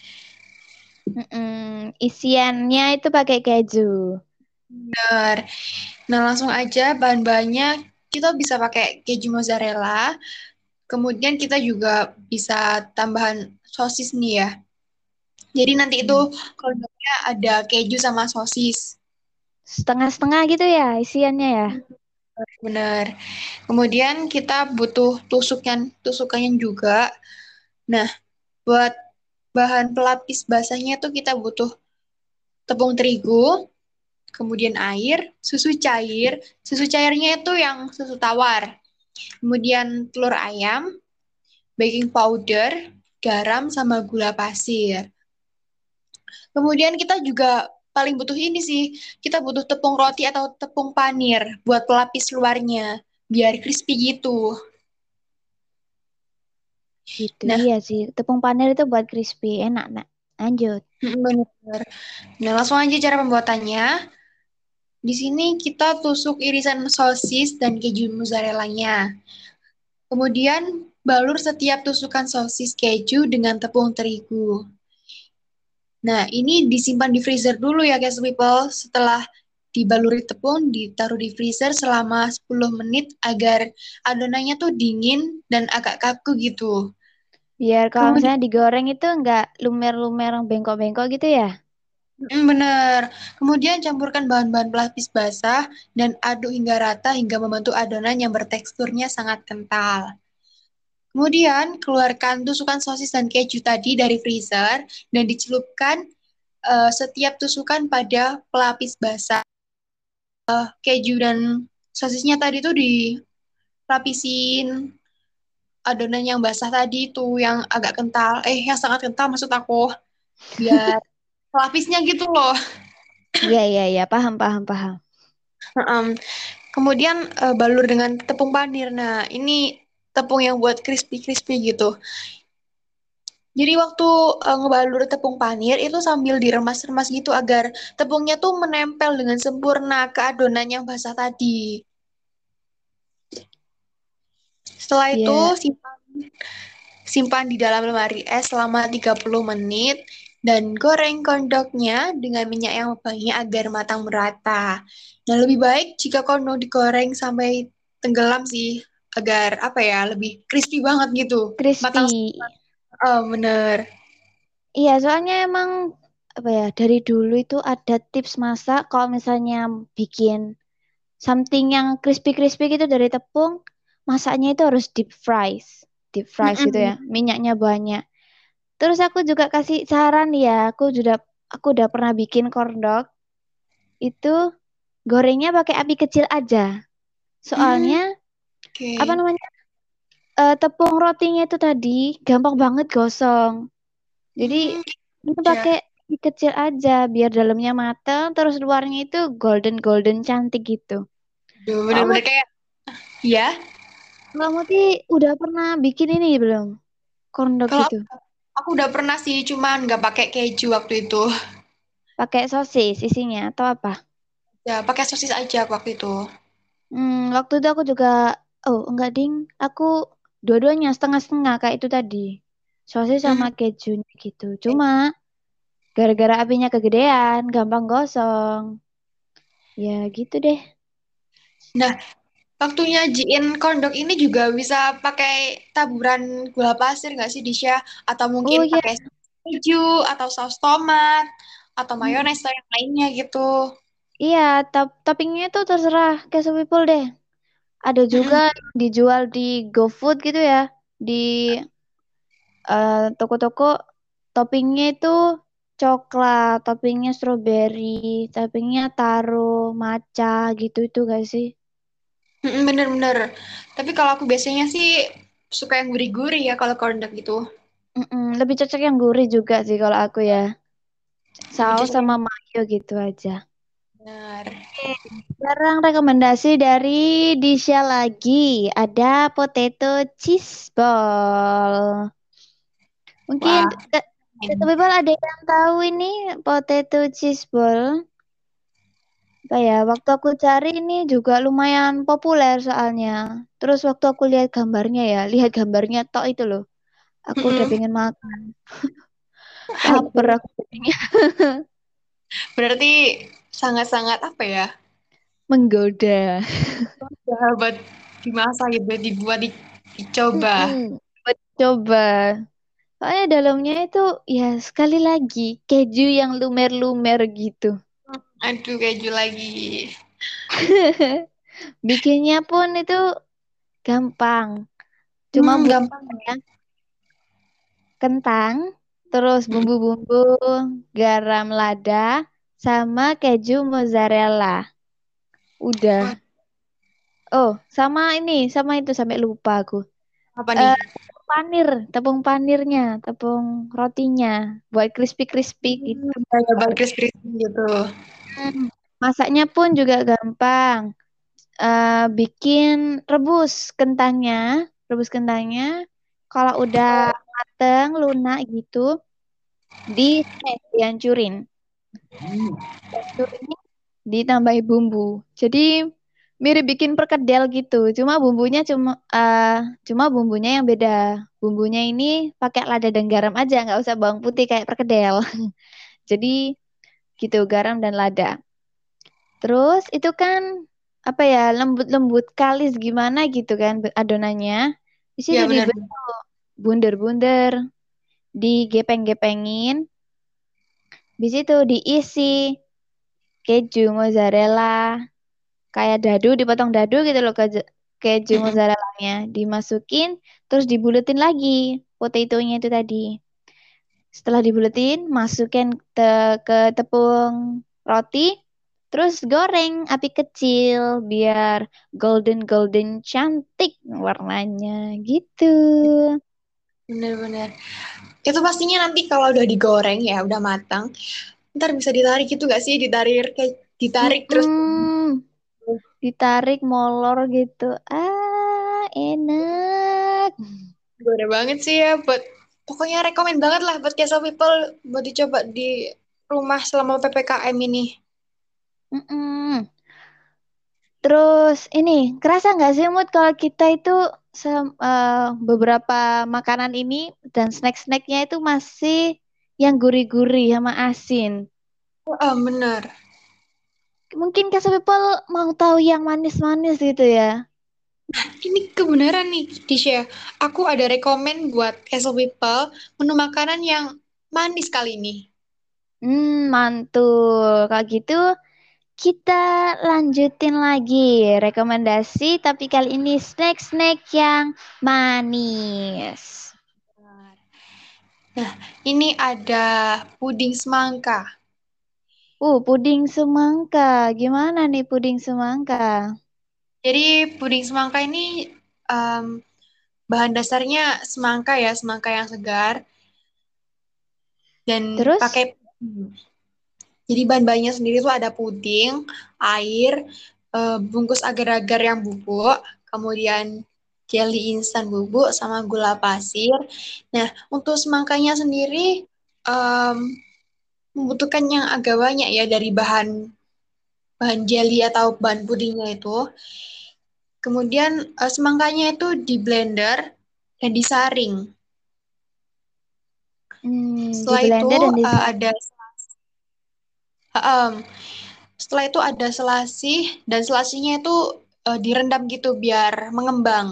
[SPEAKER 1] Mm-mm, isiannya itu pakai keju.
[SPEAKER 2] Bener. Nah, langsung aja bahan-bahannya kita bisa pakai keju mozzarella. Kemudian kita juga bisa tambahan sosis nih ya. Jadi nanti itu
[SPEAKER 1] Hmm.
[SPEAKER 2] corn dognya ada keju sama sosis.
[SPEAKER 1] Setengah-setengah gitu ya isiannya ya.
[SPEAKER 2] Bener. Kemudian kita butuh tusukan tusukannya juga. Nah, buat bahan pelapis basahnya tuh kita butuh tepung terigu, kemudian air, susu cair. Susu cairnya itu yang susu tawar. Kemudian telur ayam, baking powder, garam, sama gula pasir. Kemudian kita juga paling butuh ini sih, kita butuh tepung roti atau tepung panir buat pelapis luarnya, biar crispy gitu.
[SPEAKER 1] Gitu,
[SPEAKER 2] Nah,
[SPEAKER 1] iya sih. Tepung panir itu buat crispy, enak, nak. Lanjut.
[SPEAKER 2] bener. Nah, langsung aja cara pembuatannya. Di sini kita tusuk irisan sosis dan keju mozzarella-nya. Kemudian balur setiap tusukan sosis keju dengan tepung terigu. Nah, ini disimpan di freezer dulu ya guys people. Setelah dibaluri tepung, ditaruh di freezer selama sepuluh menit agar adonannya tuh dingin dan agak kaku gitu.
[SPEAKER 1] Biar kalau
[SPEAKER 2] Kemudian,
[SPEAKER 1] misalnya digoreng itu nggak lumer-lumer bengkok-bengkok gitu ya.
[SPEAKER 2] mm, bener. Kemudian campurkan bahan-bahan pelapis basah dan aduk hingga rata hingga membentuk adonan yang berteksturnya sangat kental. Kemudian keluarkan tusukan sosis dan keju tadi dari freezer dan dicelupkan eh, setiap tusukan pada pelapis basah. Keju dan sosisnya tadi tuh dilapisin adonan yang basah tadi tuh yang agak kental. Eh, yang sangat kental maksud aku. Biar pelapisnya gitu loh.
[SPEAKER 1] Iya, iya, iya. Paham, paham, paham.
[SPEAKER 2] Heem. Kemudian eh, balur dengan tepung panir. Nah, ini tepung yang buat crispy-crispy gitu. Jadi waktu eh, ngebalur tepung panir itu sambil diremas-remas gitu agar tepungnya tuh menempel dengan sempurna ke adonan yang basah tadi. Setelah itu
[SPEAKER 1] Iya,
[SPEAKER 2] simpan simpan di dalam lemari es selama tiga puluh menit dan goreng kondoknya dengan minyak yang banyak agar matang merata. Nah, lebih baik jika kondok digoreng sampai tenggelam sih agar apa ya, lebih crispy banget gitu. Matang.
[SPEAKER 1] crispy.
[SPEAKER 2] Oh, bener.
[SPEAKER 1] Iya, soalnya emang apa ya, dari dulu itu ada tips masak kalau misalnya bikin something yang crispy-crispy gitu dari tepung, masaknya itu harus deep fries. Deep fries gitu ya,
[SPEAKER 2] Mm-mm.
[SPEAKER 1] minyaknya banyak. Terus aku juga kasih saran ya, aku sudah aku udah pernah bikin corn dog, itu gorengnya pakai api kecil aja. Soalnya
[SPEAKER 2] Hmm,
[SPEAKER 1] apa
[SPEAKER 2] oke.
[SPEAKER 1] namanya? eh, tepung rotinya itu tadi gampang banget gosong. Jadi
[SPEAKER 2] Hmm,
[SPEAKER 1] itu
[SPEAKER 2] ya.
[SPEAKER 1] pakai api kecil aja biar dalamnya mateng terus luarnya itu golden golden cantik gitu.
[SPEAKER 2] Duh,
[SPEAKER 1] Kamu
[SPEAKER 2] bener-bener kayak, ya.
[SPEAKER 1] kamu sih udah pernah bikin ini belum? Corn dog
[SPEAKER 2] Kalau
[SPEAKER 1] gitu.
[SPEAKER 2] aku, aku udah pernah sih, cuman nggak pakai keju waktu itu.
[SPEAKER 1] Pakai sosis isinya atau apa?
[SPEAKER 2] Ya, pakai sosis aja aku waktu itu.
[SPEAKER 1] Hmm, waktu itu aku juga, oh enggak ding, aku dua-duanya setengah-setengah kayak itu tadi. Sosis
[SPEAKER 2] Hmm.
[SPEAKER 1] sama kejunya gitu. Cuma gara-gara apinya kegedean, gampang gosong. Ya gitu deh.
[SPEAKER 2] Nah, waktu nyajiin kondok ini juga bisa pakai taburan gula pasir nggak sih, Disha? Atau mungkin
[SPEAKER 1] Oh ya,
[SPEAKER 2] pakai keju, atau saus tomat, atau
[SPEAKER 1] mm,
[SPEAKER 2] mayones, atau yang lainnya gitu.
[SPEAKER 1] iya, top toppingnya itu terserah casual people deh. Ada juga
[SPEAKER 2] Mm-mm.
[SPEAKER 1] yang dijual di GoFood gitu ya, di eh, toko-toko toppingnya itu coklat, toppingnya strawberry, toppingnya taro, matcha gitu itu gak sih?
[SPEAKER 2] Mm-mm, bener-bener. Tapi kalau aku biasanya sih suka yang gurih-gurih ya kalau corn dog gitu.
[SPEAKER 1] Mm-mm, lebih cocok yang gurih juga sih kalau aku ya.
[SPEAKER 2] Lebih
[SPEAKER 1] Saus
[SPEAKER 2] cocok
[SPEAKER 1] sama
[SPEAKER 2] yang
[SPEAKER 1] mayo gitu aja.
[SPEAKER 2] benar.
[SPEAKER 1] Oke, sekarang rekomendasi dari Disha lagi. Ada potato cheese ball. Mungkin
[SPEAKER 2] Wah,
[SPEAKER 1] ke, ke people ada yang tahu ini potato cheese ball? Apa ya? Waktu aku cari ini juga lumayan populer soalnya. Terus waktu aku lihat gambarnya ya, lihat gambarnya tok itu loh. Aku udah
[SPEAKER 2] mm-mm.
[SPEAKER 1] pengen makan. Laper
[SPEAKER 2] Aduh.
[SPEAKER 1] aku jadinya.
[SPEAKER 2] Berarti sangat-sangat apa ya?
[SPEAKER 1] Menggoda.
[SPEAKER 2] Ya, buat dimasak gitu, dibuat, di- dicoba.
[SPEAKER 1] Mm-mm. Buat coba. Soalnya dalamnya itu ya sekali lagi keju yang lumer-lumer gitu.
[SPEAKER 2] Aduh, keju lagi.
[SPEAKER 1] Bikinnya pun itu gampang. Cuma
[SPEAKER 2] Hmm, gampang
[SPEAKER 1] butuh
[SPEAKER 2] ya.
[SPEAKER 1] kentang, terus
[SPEAKER 2] Mm-mm.
[SPEAKER 1] bumbu-bumbu, garam lada, sama keju mozzarella.
[SPEAKER 2] Wah,
[SPEAKER 1] Udah. Oh, sama ini, sama itu sampai lupa aku.
[SPEAKER 2] apa nih?
[SPEAKER 1] Eh, tepung panir, tepung panirnya, tepung rotinya, buat crispy-crispy
[SPEAKER 2] Hmm,
[SPEAKER 1] gitu.
[SPEAKER 2] kayak burger crispy gitu.
[SPEAKER 1] Hmm, masaknya pun juga gampang. Eh, bikin rebus kentangnya, rebus kentangnya. Kalau udah mateng, lunak gitu, di smash, dihancurin. Hancurin, ditambahin bumbu. Jadi mirip bikin perkedel gitu. Cuma bumbunya cuma eh cuma bumbunya yang beda. Bumbunya ini pakai lada dan garam aja, nggak usah bawang putih kayak perkedel. Jadi gitu garam dan lada. Terus itu kan apa ya lembut-lembut kalis gimana gitu kan adonannya. Di situ
[SPEAKER 2] Ya benar.
[SPEAKER 1] dibentuk bunder-bunder, digepeng-gepengin. Di situ diisi keju mozzarella, kayak dadu dipotong dadu gitu loh keju, keju
[SPEAKER 2] Mm-mm.
[SPEAKER 1] mozzarellanya dimasukin terus dibuletin lagi potatonya itu tadi. Setelah dibuletin masukin te, ke tepung roti terus goreng api kecil biar golden golden cantik warnanya gitu.
[SPEAKER 2] Benar-benar. Itu pastinya nanti kalau udah digoreng ya, udah matang, ntar bisa ditarik gitu gak sih? Ditarik kayak ditarik terus
[SPEAKER 1] Mm-mm. Ditarik molor gitu. Ah, enak.
[SPEAKER 2] goreng banget sih ya buat pokoknya rekomen banget lah buat casual people buat dicoba di rumah selama P P K M ini.
[SPEAKER 1] Mm-mm. Terus ini kerasa nggak sih Mut kalau kita itu sem- eh, beberapa makanan ini dan snack-snacknya itu masih yang gurih-gurih sama asin.
[SPEAKER 2] Oh, ah, bener.
[SPEAKER 1] Mungkin Kak People mau tahu yang manis-manis gitu ya.
[SPEAKER 2] Ini kebenaran nih, Tisha. Aku ada rekomen buat casual people menu makanan yang manis kali ini.
[SPEAKER 1] Hmm, mantul. Kalau gitu kita lanjutin lagi rekomendasi tapi kali ini snack-snack yang manis.
[SPEAKER 2] Nah, ini ada puding semangka.
[SPEAKER 1] Uh, puding semangka. Gimana nih puding semangka?
[SPEAKER 2] Jadi puding semangka ini em, bahan dasarnya semangka ya, semangka yang segar dan
[SPEAKER 1] Terus?
[SPEAKER 2] pakai hmm, jadi bahan-bahannya sendiri tuh ada puding, air, eh, bungkus agar-agar yang bubuk, kemudian jelly instan bubuk sama gula pasir. Nah, untuk semangkanya sendiri em, membutuhkan yang agak banyak ya dari bahan bahan jelly atau bahan pudingnya itu. Kemudian eh, semangkanya itu di blender dan disaring.
[SPEAKER 1] Hmm, di
[SPEAKER 2] Setelah itu
[SPEAKER 1] blender dan
[SPEAKER 2] eh,
[SPEAKER 1] disaring.
[SPEAKER 2] ada em, setelah itu ada selasih dan selasihnya itu eh, direndam gitu biar mengembang.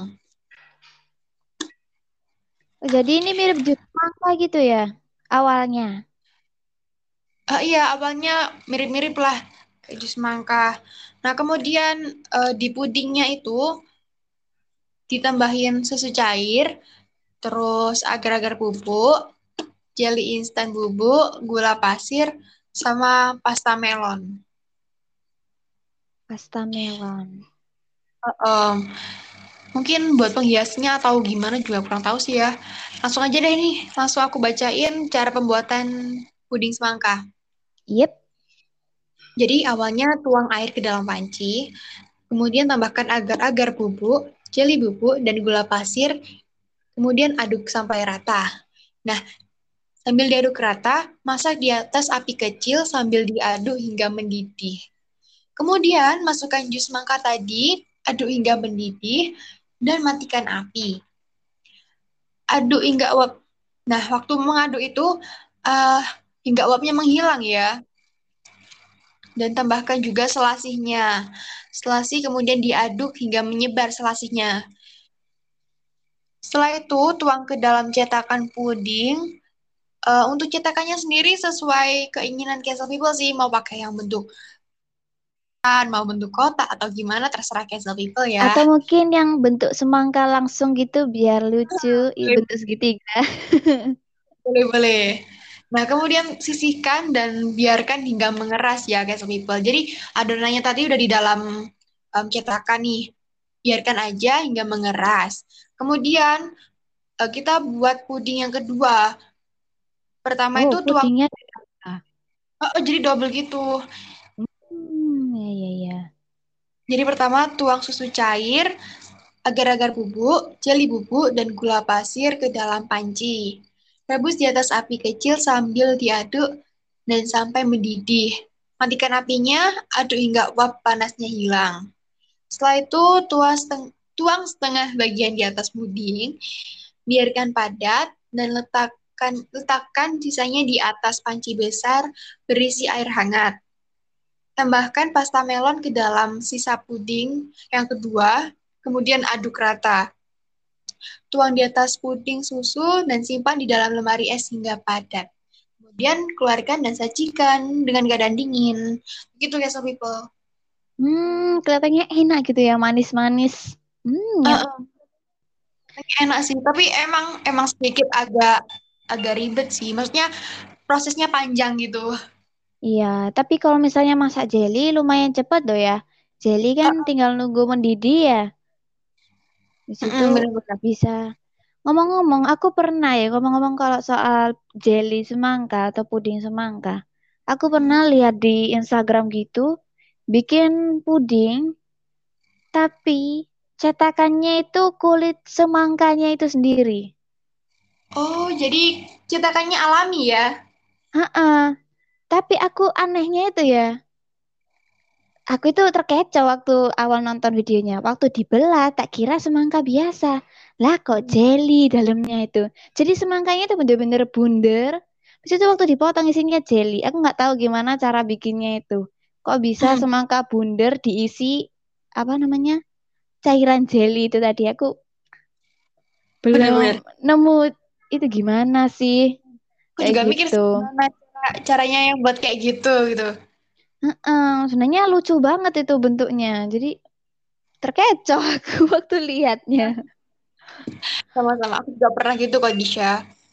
[SPEAKER 1] Oh, jadi ini mirip jus semangka gitu ya awalnya.
[SPEAKER 2] Eh, iya, awalnya mirip-mirip lah kayak jus semangka. Nah, kemudian eh, di pudingnya itu ditambahin susu cair terus agar-agar bubuk, jelly instan bubuk, gula pasir, sama pasta melon.
[SPEAKER 1] Pasta melon.
[SPEAKER 2] Em, Mungkin buat penghiasnya atau gimana juga kurang tahu sih ya. Langsung aja deh nih, langsung aku bacain cara pembuatan puding semangka.
[SPEAKER 1] Yep.
[SPEAKER 2] Jadi awalnya tuang air ke dalam panci, kemudian tambahkan agar-agar bubuk, jeli bubuk, dan gula pasir, kemudian aduk sampai rata. Nah, sambil diaduk rata, masak di atas api kecil sambil diaduk hingga mendidih. Kemudian masukkan jus semangka tadi, aduk hingga mendidih, dan matikan api. Aduk hingga uap. Nah, waktu mengaduk itu uh, hingga uapnya menghilang ya. Dan tambahkan juga selasihnya. Selasih kemudian diaduk hingga menyebar selasihnya. Setelah itu, tuang ke dalam cetakan puding. Uh, untuk cetakannya sendiri sesuai keinginan Castle People sih, mau pakai yang bentuk kan, mau bentuk kotak atau gimana terserah Castle People ya.
[SPEAKER 1] Atau mungkin yang bentuk semangka langsung gitu biar lucu, i
[SPEAKER 2] Boleh,
[SPEAKER 1] bentuk segitiga.
[SPEAKER 2] boleh. boleh. Nah, kemudian sisihkan dan biarkan hingga mengeras ya Castle People. Jadi adonannya tadi udah di dalam um, cetakan nih. Biarkan aja hingga mengeras. Kemudian eh, kita buat puding yang kedua. Pertama
[SPEAKER 1] Oh,
[SPEAKER 2] itu tuang,
[SPEAKER 1] pudingnya. Ah.
[SPEAKER 2] oh, oh, jadi double gitu.
[SPEAKER 1] Hmm, ya ya ya.
[SPEAKER 2] Jadi pertama tuang susu cair, agar-agar bubuk, jeli bubuk, dan gula pasir ke dalam panci. Rebus di atas api kecil sambil diaduk dan sampai mendidih. Matikan apinya, aduk hingga uap panasnya hilang. Setelah itu tuang seteng- tuang setengah bagian di atas puding, biarkan padat, dan letakkan letakkan sisanya di atas panci besar berisi air hangat. Tambahkan pasta melon ke dalam sisa puding yang kedua, kemudian aduk rata. Tuang di atas puding susu dan simpan di dalam lemari es hingga padat. Kemudian keluarkan dan sajikan dengan keadaan dingin. Begitu ya, so people.
[SPEAKER 1] Hmm, kelihatannya enak gitu ya, manis-manis. Hmm,
[SPEAKER 2] Eh,
[SPEAKER 1] nyam.
[SPEAKER 2] eh, enak sih, tapi emang emang sedikit agak agak ribet sih. Maksudnya prosesnya panjang gitu.
[SPEAKER 1] Iya, tapi kalau misalnya masak jelly lumayan cepat doh ya. Jelly kan
[SPEAKER 2] Eh,
[SPEAKER 1] tinggal nunggu mendidih ya. Di
[SPEAKER 2] eh,
[SPEAKER 1] situ
[SPEAKER 2] mm, bener-bener.
[SPEAKER 1] bisa. Ngomong-ngomong, aku pernah ya ngomong-ngomong kalau soal jelly semangka atau puding semangka. Aku
[SPEAKER 2] Mm.
[SPEAKER 1] pernah lihat di Instagram gitu, bikin puding, tapi cetakannya itu kulit semangkanya itu sendiri.
[SPEAKER 2] Oh, jadi cetakannya alami ya?
[SPEAKER 1] Heeh. Tapi aku anehnya itu ya, aku itu terkecoh waktu awal nonton videonya. Waktu dibelah, tak kira semangka biasa. Lah kok jelly dalamnya itu. Jadi semangkanya itu bener-bener bundar. Terus itu waktu dipotong isinya jelly. Aku nggak tahu gimana cara bikinnya itu. Kok bisa
[SPEAKER 2] Mm,
[SPEAKER 1] semangka bundar diisi apa namanya cairan jelly itu tadi. Aku belum
[SPEAKER 2] bener-bener.
[SPEAKER 1] nemu itu gimana sih.
[SPEAKER 2] Aku
[SPEAKER 1] Kayak
[SPEAKER 2] juga mikir
[SPEAKER 1] gitu.
[SPEAKER 2] sih gimana cara- caranya yang buat kayak gitu gitu.
[SPEAKER 1] Heeh, sebenarnya lucu banget itu bentuknya. Jadi terkecoh aku waktu lihatnya.
[SPEAKER 2] Sama-sama. Aku juga pernah gitu kok, Disha.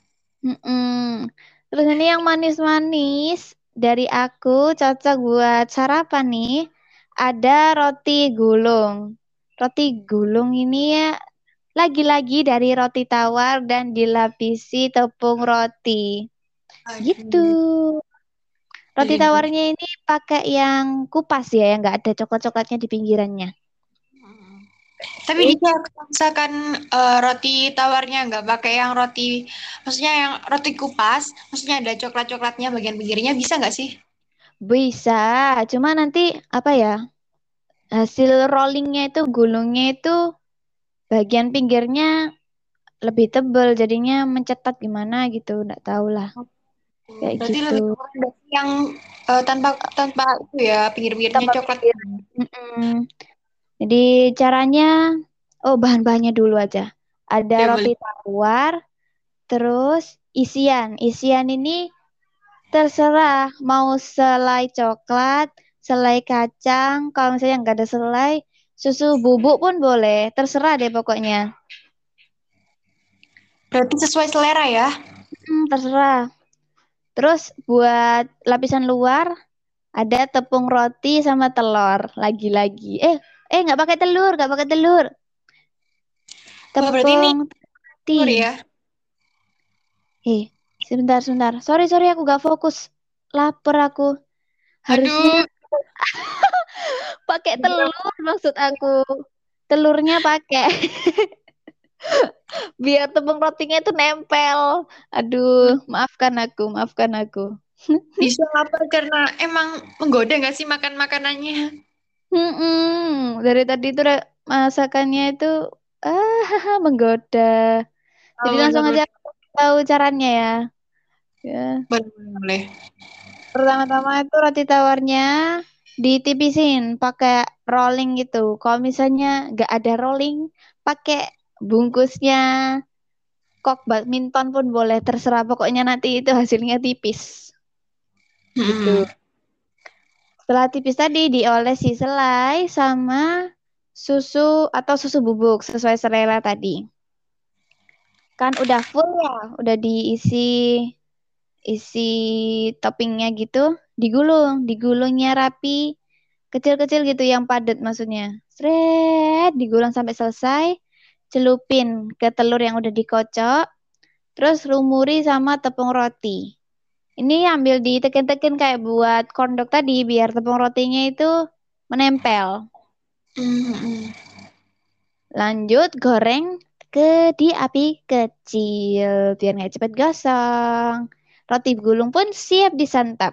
[SPEAKER 1] Mm-mm. Terus ini yang manis-manis dari aku cocok buat sarapan nih. Ada roti gulung. Roti gulung ini ya lagi-lagi dari roti tawar dan dilapisi tepung roti. Gitu.
[SPEAKER 2] Aduh,
[SPEAKER 1] Roti
[SPEAKER 2] jadi
[SPEAKER 1] tawarnya ini pakai yang kupas ya, yang nggak ada coklat-coklatnya di pinggirannya.
[SPEAKER 2] tapi
[SPEAKER 1] Terus
[SPEAKER 2] dia kalau misalkan eh, roti tawarnya nggak pakai yang roti, maksudnya yang roti kupas, maksudnya ada coklat-coklatnya bagian pinggirnya bisa nggak sih?
[SPEAKER 1] bisa, cuma nanti apa ya? Hasil rollingnya itu gulungnya itu bagian pinggirnya lebih tebal jadinya mencetak gimana gitu nggak tahu lah
[SPEAKER 2] Oh,
[SPEAKER 1] kayak
[SPEAKER 2] berarti
[SPEAKER 1] gitu
[SPEAKER 2] lebih rekomendasi yang eh, tanpa tanpa itu ya pinggir-pinggirnya
[SPEAKER 1] tambah
[SPEAKER 2] coklat.
[SPEAKER 1] pinggir. Mm-mm. Jadi caranya oh bahan-bahannya dulu aja ada
[SPEAKER 2] Boleh
[SPEAKER 1] roti
[SPEAKER 2] boleh.
[SPEAKER 1] tawar terus isian isian ini terserah mau selai coklat selai kacang kalau misalnya nggak ada selai susu bubuk pun boleh terserah deh pokoknya.
[SPEAKER 2] Berarti sesuai selera ya.
[SPEAKER 1] Hmm, terserah. Terus buat lapisan luar ada tepung roti sama telur. Lagi-lagi. Eh, eh nggak pakai telur, nggak pakai telur.
[SPEAKER 2] Wah, berarti ini
[SPEAKER 1] Tepung roti.
[SPEAKER 2] telur ya.
[SPEAKER 1] Eh, sebentar, sebentar. Sorry, sorry, aku gak fokus. Lapar aku. Harusnya
[SPEAKER 2] Aduh,
[SPEAKER 1] pakai telur maksud aku. Telurnya pakai biar tepung rotinya itu nempel. Aduh, maafkan aku, maafkan aku.
[SPEAKER 2] bisa lapar karena emang menggoda nggak sih makan makanannya?
[SPEAKER 1] Mm-mm. Dari tadi itu re- masakannya itu ah menggoda.
[SPEAKER 2] Oh,
[SPEAKER 1] Jadi langsung aja
[SPEAKER 2] bener-bener.
[SPEAKER 1] aku tahu caranya ya. Ya.
[SPEAKER 2] Boleh, boleh.
[SPEAKER 1] Pertama-tama itu roti tawarnya ditipisin pakai rolling gitu. Kalau misalnya nggak ada rolling, pakai bungkusnya kok badminton pun boleh, terserah. Pokoknya nanti itu hasilnya tipis
[SPEAKER 2] Hmm.
[SPEAKER 1] gitu. Setelah tipis tadi diolesi selai sama susu atau susu bubuk sesuai selera tadi. Kan udah full ya, udah diisi isi toppingnya gitu, digulung, digulungnya rapi, kecil-kecil gitu yang padat maksudnya. Sret, digulung sampai selesai, celupin ke telur yang udah dikocok, terus lumuri sama tepung roti. Ini ambil ditekan-tekan kayak buat kondok tadi biar tepung rotinya itu menempel.
[SPEAKER 2] Hmm.
[SPEAKER 1] Lanjut goreng ke di api kecil biar nggak cepet gosong. Roti gulung pun siap disantap.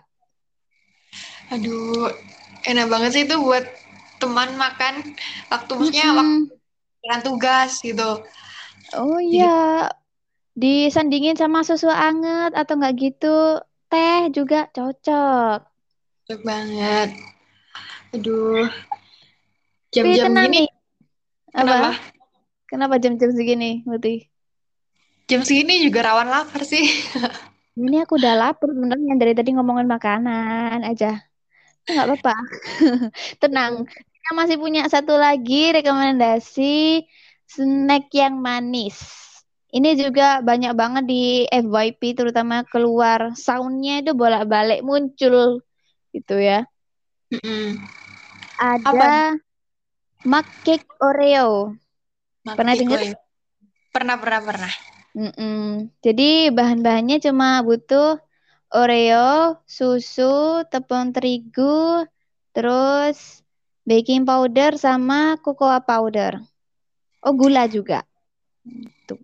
[SPEAKER 2] Aduh, enak banget sih itu buat teman makan waktu maksudnya waktu
[SPEAKER 1] Mm-mm.
[SPEAKER 2] jalan tugas gitu.
[SPEAKER 1] Oh
[SPEAKER 2] Jadi
[SPEAKER 1] iya, disandingin sama susu anget atau nggak gitu, teh juga cocok.
[SPEAKER 2] cocok banget. Aduh,
[SPEAKER 1] Tapi
[SPEAKER 2] jam-jam
[SPEAKER 1] tenang
[SPEAKER 2] gini
[SPEAKER 1] nih, apa?
[SPEAKER 2] kenapa?
[SPEAKER 1] Kenapa jam-jam segini, Muti?
[SPEAKER 2] Jam segini juga rawan lapar sih.
[SPEAKER 1] Ini aku udah lapar beneran dari tadi ngomongin makanan aja. Ya nggak apa-apa, tenang. Kita masih punya satu lagi rekomendasi snack yang manis. Ini juga banyak banget di F Y P, terutama keluar soundnya itu bolak-balik muncul gitu ya.
[SPEAKER 2] Mm-mm. Apa?
[SPEAKER 1] Ada mug cake Oreo. Pernah
[SPEAKER 2] Maki
[SPEAKER 1] dengar?
[SPEAKER 2] gue. Pernah, pernah, pernah.
[SPEAKER 1] Mm-mm. Jadi bahan-bahannya cuma butuh Oreo, susu, tepung terigu, terus baking powder sama cocoa powder. Oh, gula juga. Tuh.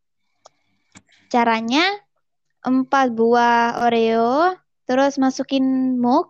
[SPEAKER 1] Caranya empat buah Oreo, terus masukin mug,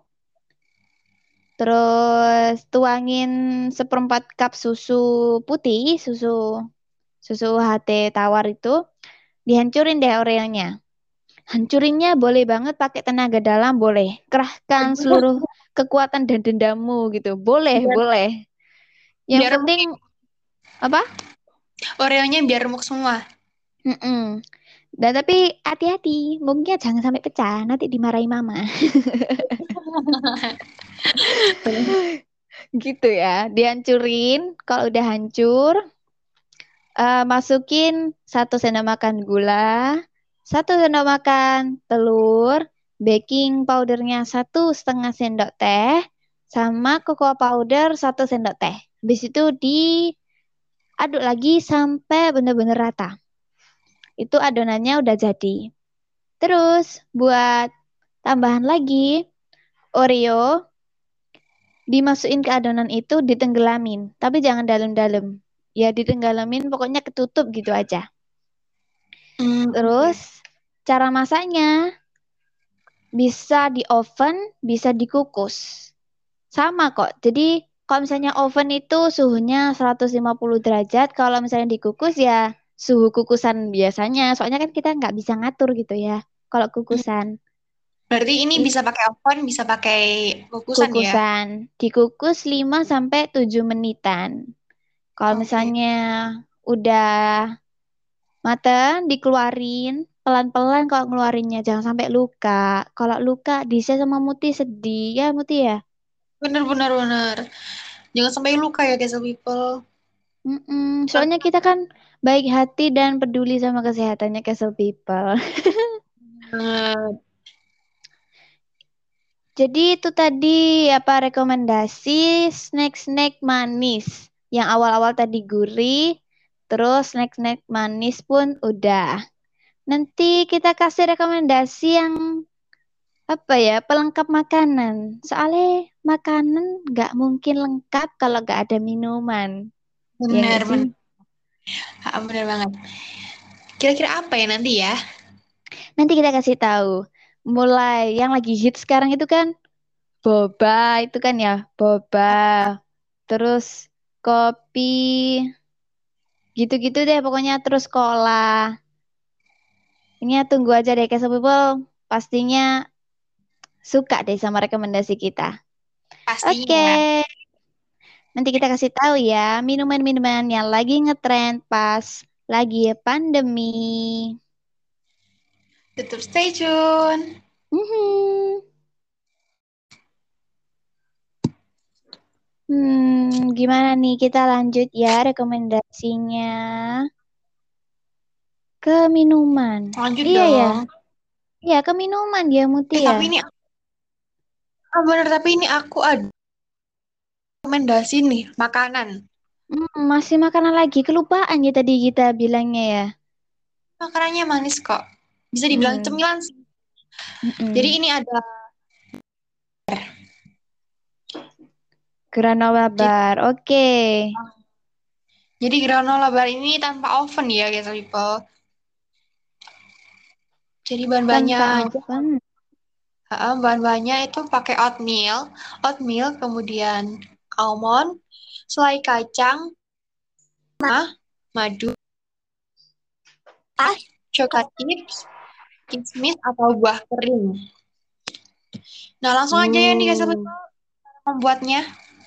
[SPEAKER 1] terus tuangin seperempat cup susu putih, susu susu H T tawar itu, dihancurin deh Oreonya. Hancurinnya boleh banget pakai tenaga dalam, boleh. Kerahkan
[SPEAKER 2] Aduh,
[SPEAKER 1] seluruh kekuatan dan dendammu gitu. Boleh,
[SPEAKER 2] biar,
[SPEAKER 1] boleh. Yang
[SPEAKER 2] biar remuk
[SPEAKER 1] penting
[SPEAKER 2] ya.
[SPEAKER 1] apa?
[SPEAKER 2] Oreonya biar remuk semua.
[SPEAKER 1] Mm-mm. Dan tapi hati-hati, mungkin jangan sampai pecah, nanti dimarahi mama. Gitu ya. Dihancurin, kalau udah hancur, eh, masukin satu sendok makan gula, satu sendok makan telur, baking powdernya satu setengah sendok teh, sama cocoa powder satu sendok teh. Habis itu diaduk lagi sampai benar-benar rata. Itu adonannya udah jadi. Terus buat tambahan lagi, Oreo dimasukin ke adonan itu ditenggelamin, tapi jangan dalam-dalam. Ya ditenggelamin pokoknya ketutup gitu aja.
[SPEAKER 2] Hmm,
[SPEAKER 1] Terus
[SPEAKER 2] oke.
[SPEAKER 1] cara masaknya bisa di oven, bisa dikukus. Sama kok. Jadi kalau misalnya oven itu suhunya seratus lima puluh derajat, kalau misalnya dikukus ya suhu kukusan biasanya. Soalnya kan kita nggak bisa ngatur gitu ya. Kalau
[SPEAKER 2] Hmm.
[SPEAKER 1] kukusan,
[SPEAKER 2] Berarti ini
[SPEAKER 1] ini
[SPEAKER 2] bisa pakai oven, bisa pakai kukusan ya.
[SPEAKER 1] kukusan dikukus lima sampai tujuh menitan. Kalau
[SPEAKER 2] Oke.
[SPEAKER 1] misalnya udah mateng, dikeluarin pelan-pelan kalau ngeluarinnya. Jangan sampai luka. Kalau luka, Disha sama Muti sedih. Ya, Muti ya?
[SPEAKER 2] Bener, bener, bener. Jangan sampai luka ya, guys, people.
[SPEAKER 1] Mm-mm. Soalnya kita kan baik hati dan peduli sama kesehatannya Castle People.
[SPEAKER 2] Banget.
[SPEAKER 1] Jadi itu tadi apa rekomendasi snack-snack manis. Yang awal-awal tadi gurih, terus snack-snack manis pun udah. Nanti kita kasih rekomendasi yang apa ya, pelengkap makanan. Soalnya makanan nggak mungkin lengkap kalau nggak ada minuman. Ya nggak
[SPEAKER 2] Bener,
[SPEAKER 1] sih?
[SPEAKER 2] bener, Ah, bener banget. Kira-kira apa ya nanti ya?
[SPEAKER 1] Nanti kita kasih tahu. Mulai yang lagi hit sekarang itu kan boba, itu kan ya, boba. Terus kopi, gitu-gitu deh pokoknya terus sekolah. Ini ya tunggu aja deh Castle People. Pastinya suka deh sama rekomendasi kita.
[SPEAKER 2] Pastinya
[SPEAKER 1] Oke,
[SPEAKER 2] ya.
[SPEAKER 1] nanti kita kasih tahu ya minuman-minuman yang lagi ngetren pas lagi pandemi.
[SPEAKER 2] Tetap stay tune.
[SPEAKER 1] Mhm. Hmm, gimana nih kita lanjut ya rekomendasinya ke minuman.
[SPEAKER 2] Lanjut
[SPEAKER 1] Iya ya,
[SPEAKER 2] dong.
[SPEAKER 1] iya ke minuman ya Muti
[SPEAKER 2] Eh,
[SPEAKER 1] ya.
[SPEAKER 2] tapi ini, ah, bener, tapi ini aku ada rekomendasi nih, makanan.
[SPEAKER 1] Hmm, masih makanan lagi kelupaan ya tadi kita bilangnya ya.
[SPEAKER 2] Makanannya manis kok. Bisa dibilang
[SPEAKER 1] Hmm,
[SPEAKER 2] cemilan sih. Jadi
[SPEAKER 1] mm-mm.
[SPEAKER 2] ini ada,
[SPEAKER 1] Granola
[SPEAKER 2] jadi,
[SPEAKER 1] bar. Oke.
[SPEAKER 2] jadi granola bar ini tanpa oven ya guys, people. Jadi bahan-bahannya
[SPEAKER 1] Tanpa
[SPEAKER 2] aja,
[SPEAKER 1] oven.
[SPEAKER 2] ah, bahan-bahannya itu pakai oatmeal, oatmeal, kemudian almond, selai kacang, ah, madu, ah, coklat chips, kismis atau buah kering. Nah, langsung aja ya nih guys,
[SPEAKER 1] Uh,
[SPEAKER 2] membuatnya.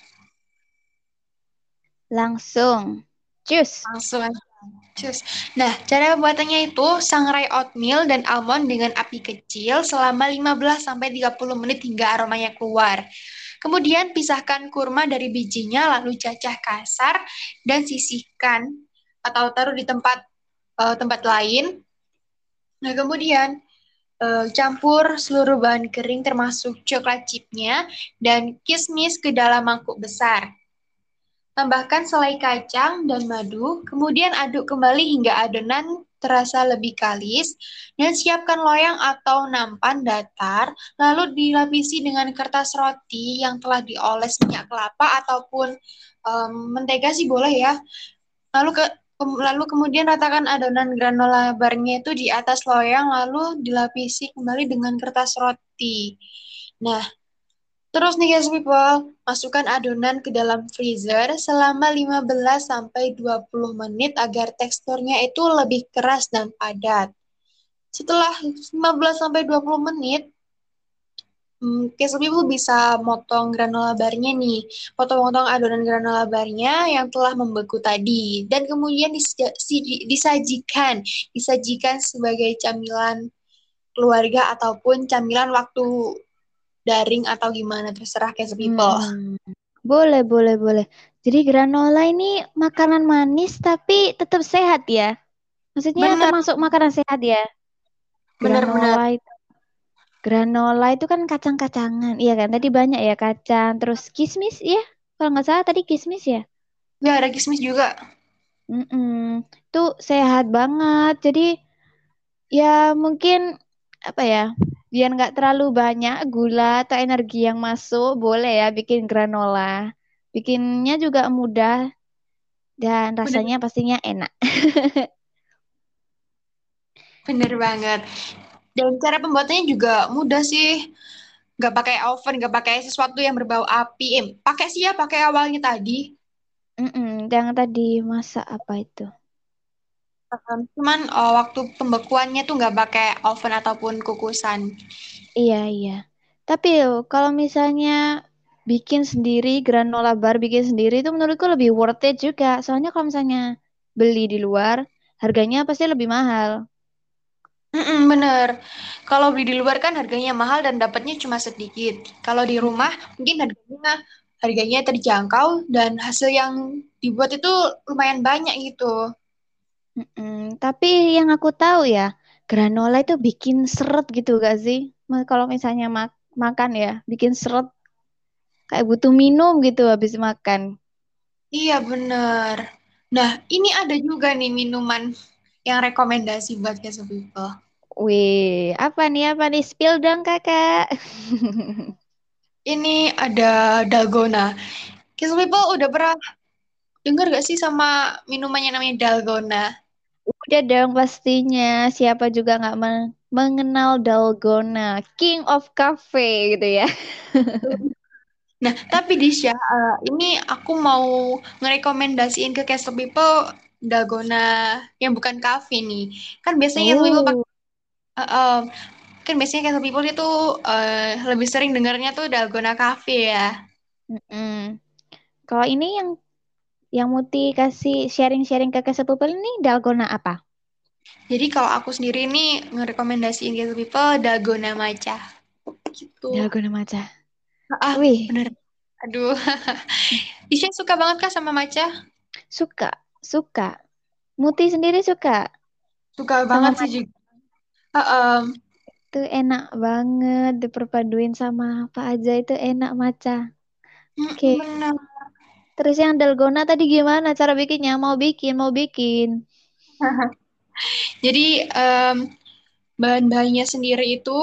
[SPEAKER 1] langsung. Cus.
[SPEAKER 2] Langsung aja. Cus. Nah, cara pembuatannya itu sangrai oatmeal dan almond dengan api kecil selama lima belas sampai tiga puluh menit hingga aromanya keluar. Kemudian pisahkan kurma dari bijinya lalu cacah kasar dan sisihkan atau taruh di tempat eh, tempat lain. Nah, kemudian eh, campur seluruh bahan kering termasuk coklat chipnya dan kismis ke dalam mangkuk besar. Tambahkan selai kacang dan madu, kemudian aduk kembali hingga adonan terasa lebih kalis, dan siapkan loyang atau nampan datar, lalu dilapisi dengan kertas roti yang telah dioles minyak kelapa ataupun em, mentega sih boleh ya. Lalu ke kem- lalu kemudian ratakan adonan granola barnya itu di atas loyang, lalu dilapisi kembali dengan kertas roti. Nah, terus nih guys people, masukkan adonan ke dalam freezer selama lima belas sampai dua puluh menit agar teksturnya itu lebih keras dan padat. Setelah lima belas sampai dua puluh menit, hmm, guys people bisa motong granola barnya nih. Potong-potong adonan granola barnya yang telah membeku tadi dan kemudian disja- si- disajikan, disajikan sebagai camilan keluarga ataupun camilan waktu daring atau gimana terserah guys people.
[SPEAKER 1] Mm-mm. Boleh, boleh, boleh. Jadi granola ini makanan manis tapi tetap sehat ya. Maksudnya
[SPEAKER 2] Bener,
[SPEAKER 1] termasuk makanan sehat ya.
[SPEAKER 2] bener-bener.
[SPEAKER 1] Granola itu, granola itu kan kacang-kacangan. Iya kan? Tadi banyak ya kacang, terus kismis ya. Kalau nggak salah tadi kismis ya.
[SPEAKER 2] Ya, ada kismis juga.
[SPEAKER 1] Mm-mm. Itu sehat banget. Jadi ya mungkin apa ya? Biar nggak terlalu banyak gula atau energi yang masuk, boleh ya bikin granola. Bikinnya juga mudah dan
[SPEAKER 2] Bener,
[SPEAKER 1] rasanya pastinya enak.
[SPEAKER 2] bener banget. Dan cara pembuatannya juga mudah sih. Nggak pakai oven, nggak pakai sesuatu yang berbau api. Eh, pakai sih ya, pakai awalnya tadi.
[SPEAKER 1] Mm-mm. Yang tadi masak apa itu?
[SPEAKER 2] Um, Cuman oh, waktu pembekuannya tuh nggak pakai oven ataupun kukusan.
[SPEAKER 1] Iya, iya. Tapi loh, kalau misalnya bikin sendiri, granola bar bikin sendiri itu menurutku lebih worth it juga. Soalnya kalau misalnya beli di luar, harganya pasti lebih mahal.
[SPEAKER 2] Mm-mm, bener. Kalau beli di luar kan harganya mahal dan dapatnya cuma sedikit. Kalau di
[SPEAKER 1] Mm-mm.
[SPEAKER 2] rumah mungkin harganya harganya terjangkau dan hasil yang dibuat itu lumayan banyak gitu.
[SPEAKER 1] Mm-mm. Tapi yang aku tahu ya, granola itu bikin seret gitu gak sih? Ma- Kalau misalnya mak- makan ya, bikin seret kayak butuh minum gitu habis makan.
[SPEAKER 2] Iya bener. Nah, ini ada juga nih minuman yang rekomendasi buat Keso People.
[SPEAKER 1] Wih, apa nih apa nih? Spill dong kakak.
[SPEAKER 2] Ini ada dalgona. Keso People udah pernah denger gak sih sama minumannya namanya dalgona?
[SPEAKER 1] Udah dong pastinya. Siapa juga nggak men- mengenal Dalgona, King of Cafe gitu ya.
[SPEAKER 2] Nah, tapi Disha, eh, ini aku mau ngerekomendasiin ke Keso People dalgona yang bukan kafe nih. Kan biasanya Keso People
[SPEAKER 1] Oh,
[SPEAKER 2] Eh, em, kan biasanya cancel people itu eh, lebih sering dengarnya tuh dalgona cafe ya.
[SPEAKER 1] mm-mm. Kalau ini yang yang Muti kasih sharing-sharing ke Kesepupel ini Dalgona apa?
[SPEAKER 2] Jadi kalau aku sendiri nih ngerekomendasiin cancel people dalgona matcha gitu.
[SPEAKER 1] Dalgona matcha.
[SPEAKER 2] Ah,
[SPEAKER 1] Wih,
[SPEAKER 2] bener. Aduh. Isya suka banget kah sama matcha?
[SPEAKER 1] suka, suka. Muti sendiri suka
[SPEAKER 2] Suka
[SPEAKER 1] sama
[SPEAKER 2] banget sih
[SPEAKER 1] matcha
[SPEAKER 2] juga. Ah, em,
[SPEAKER 1] itu enak banget diperpaduin sama apa aja itu enak matcha.
[SPEAKER 2] mm,
[SPEAKER 1] Oke,
[SPEAKER 2] bener.
[SPEAKER 1] terus yang Dalgona tadi gimana cara bikinnya? Mau bikin, mau bikin.
[SPEAKER 2] Jadi em, bahan-bahannya sendiri itu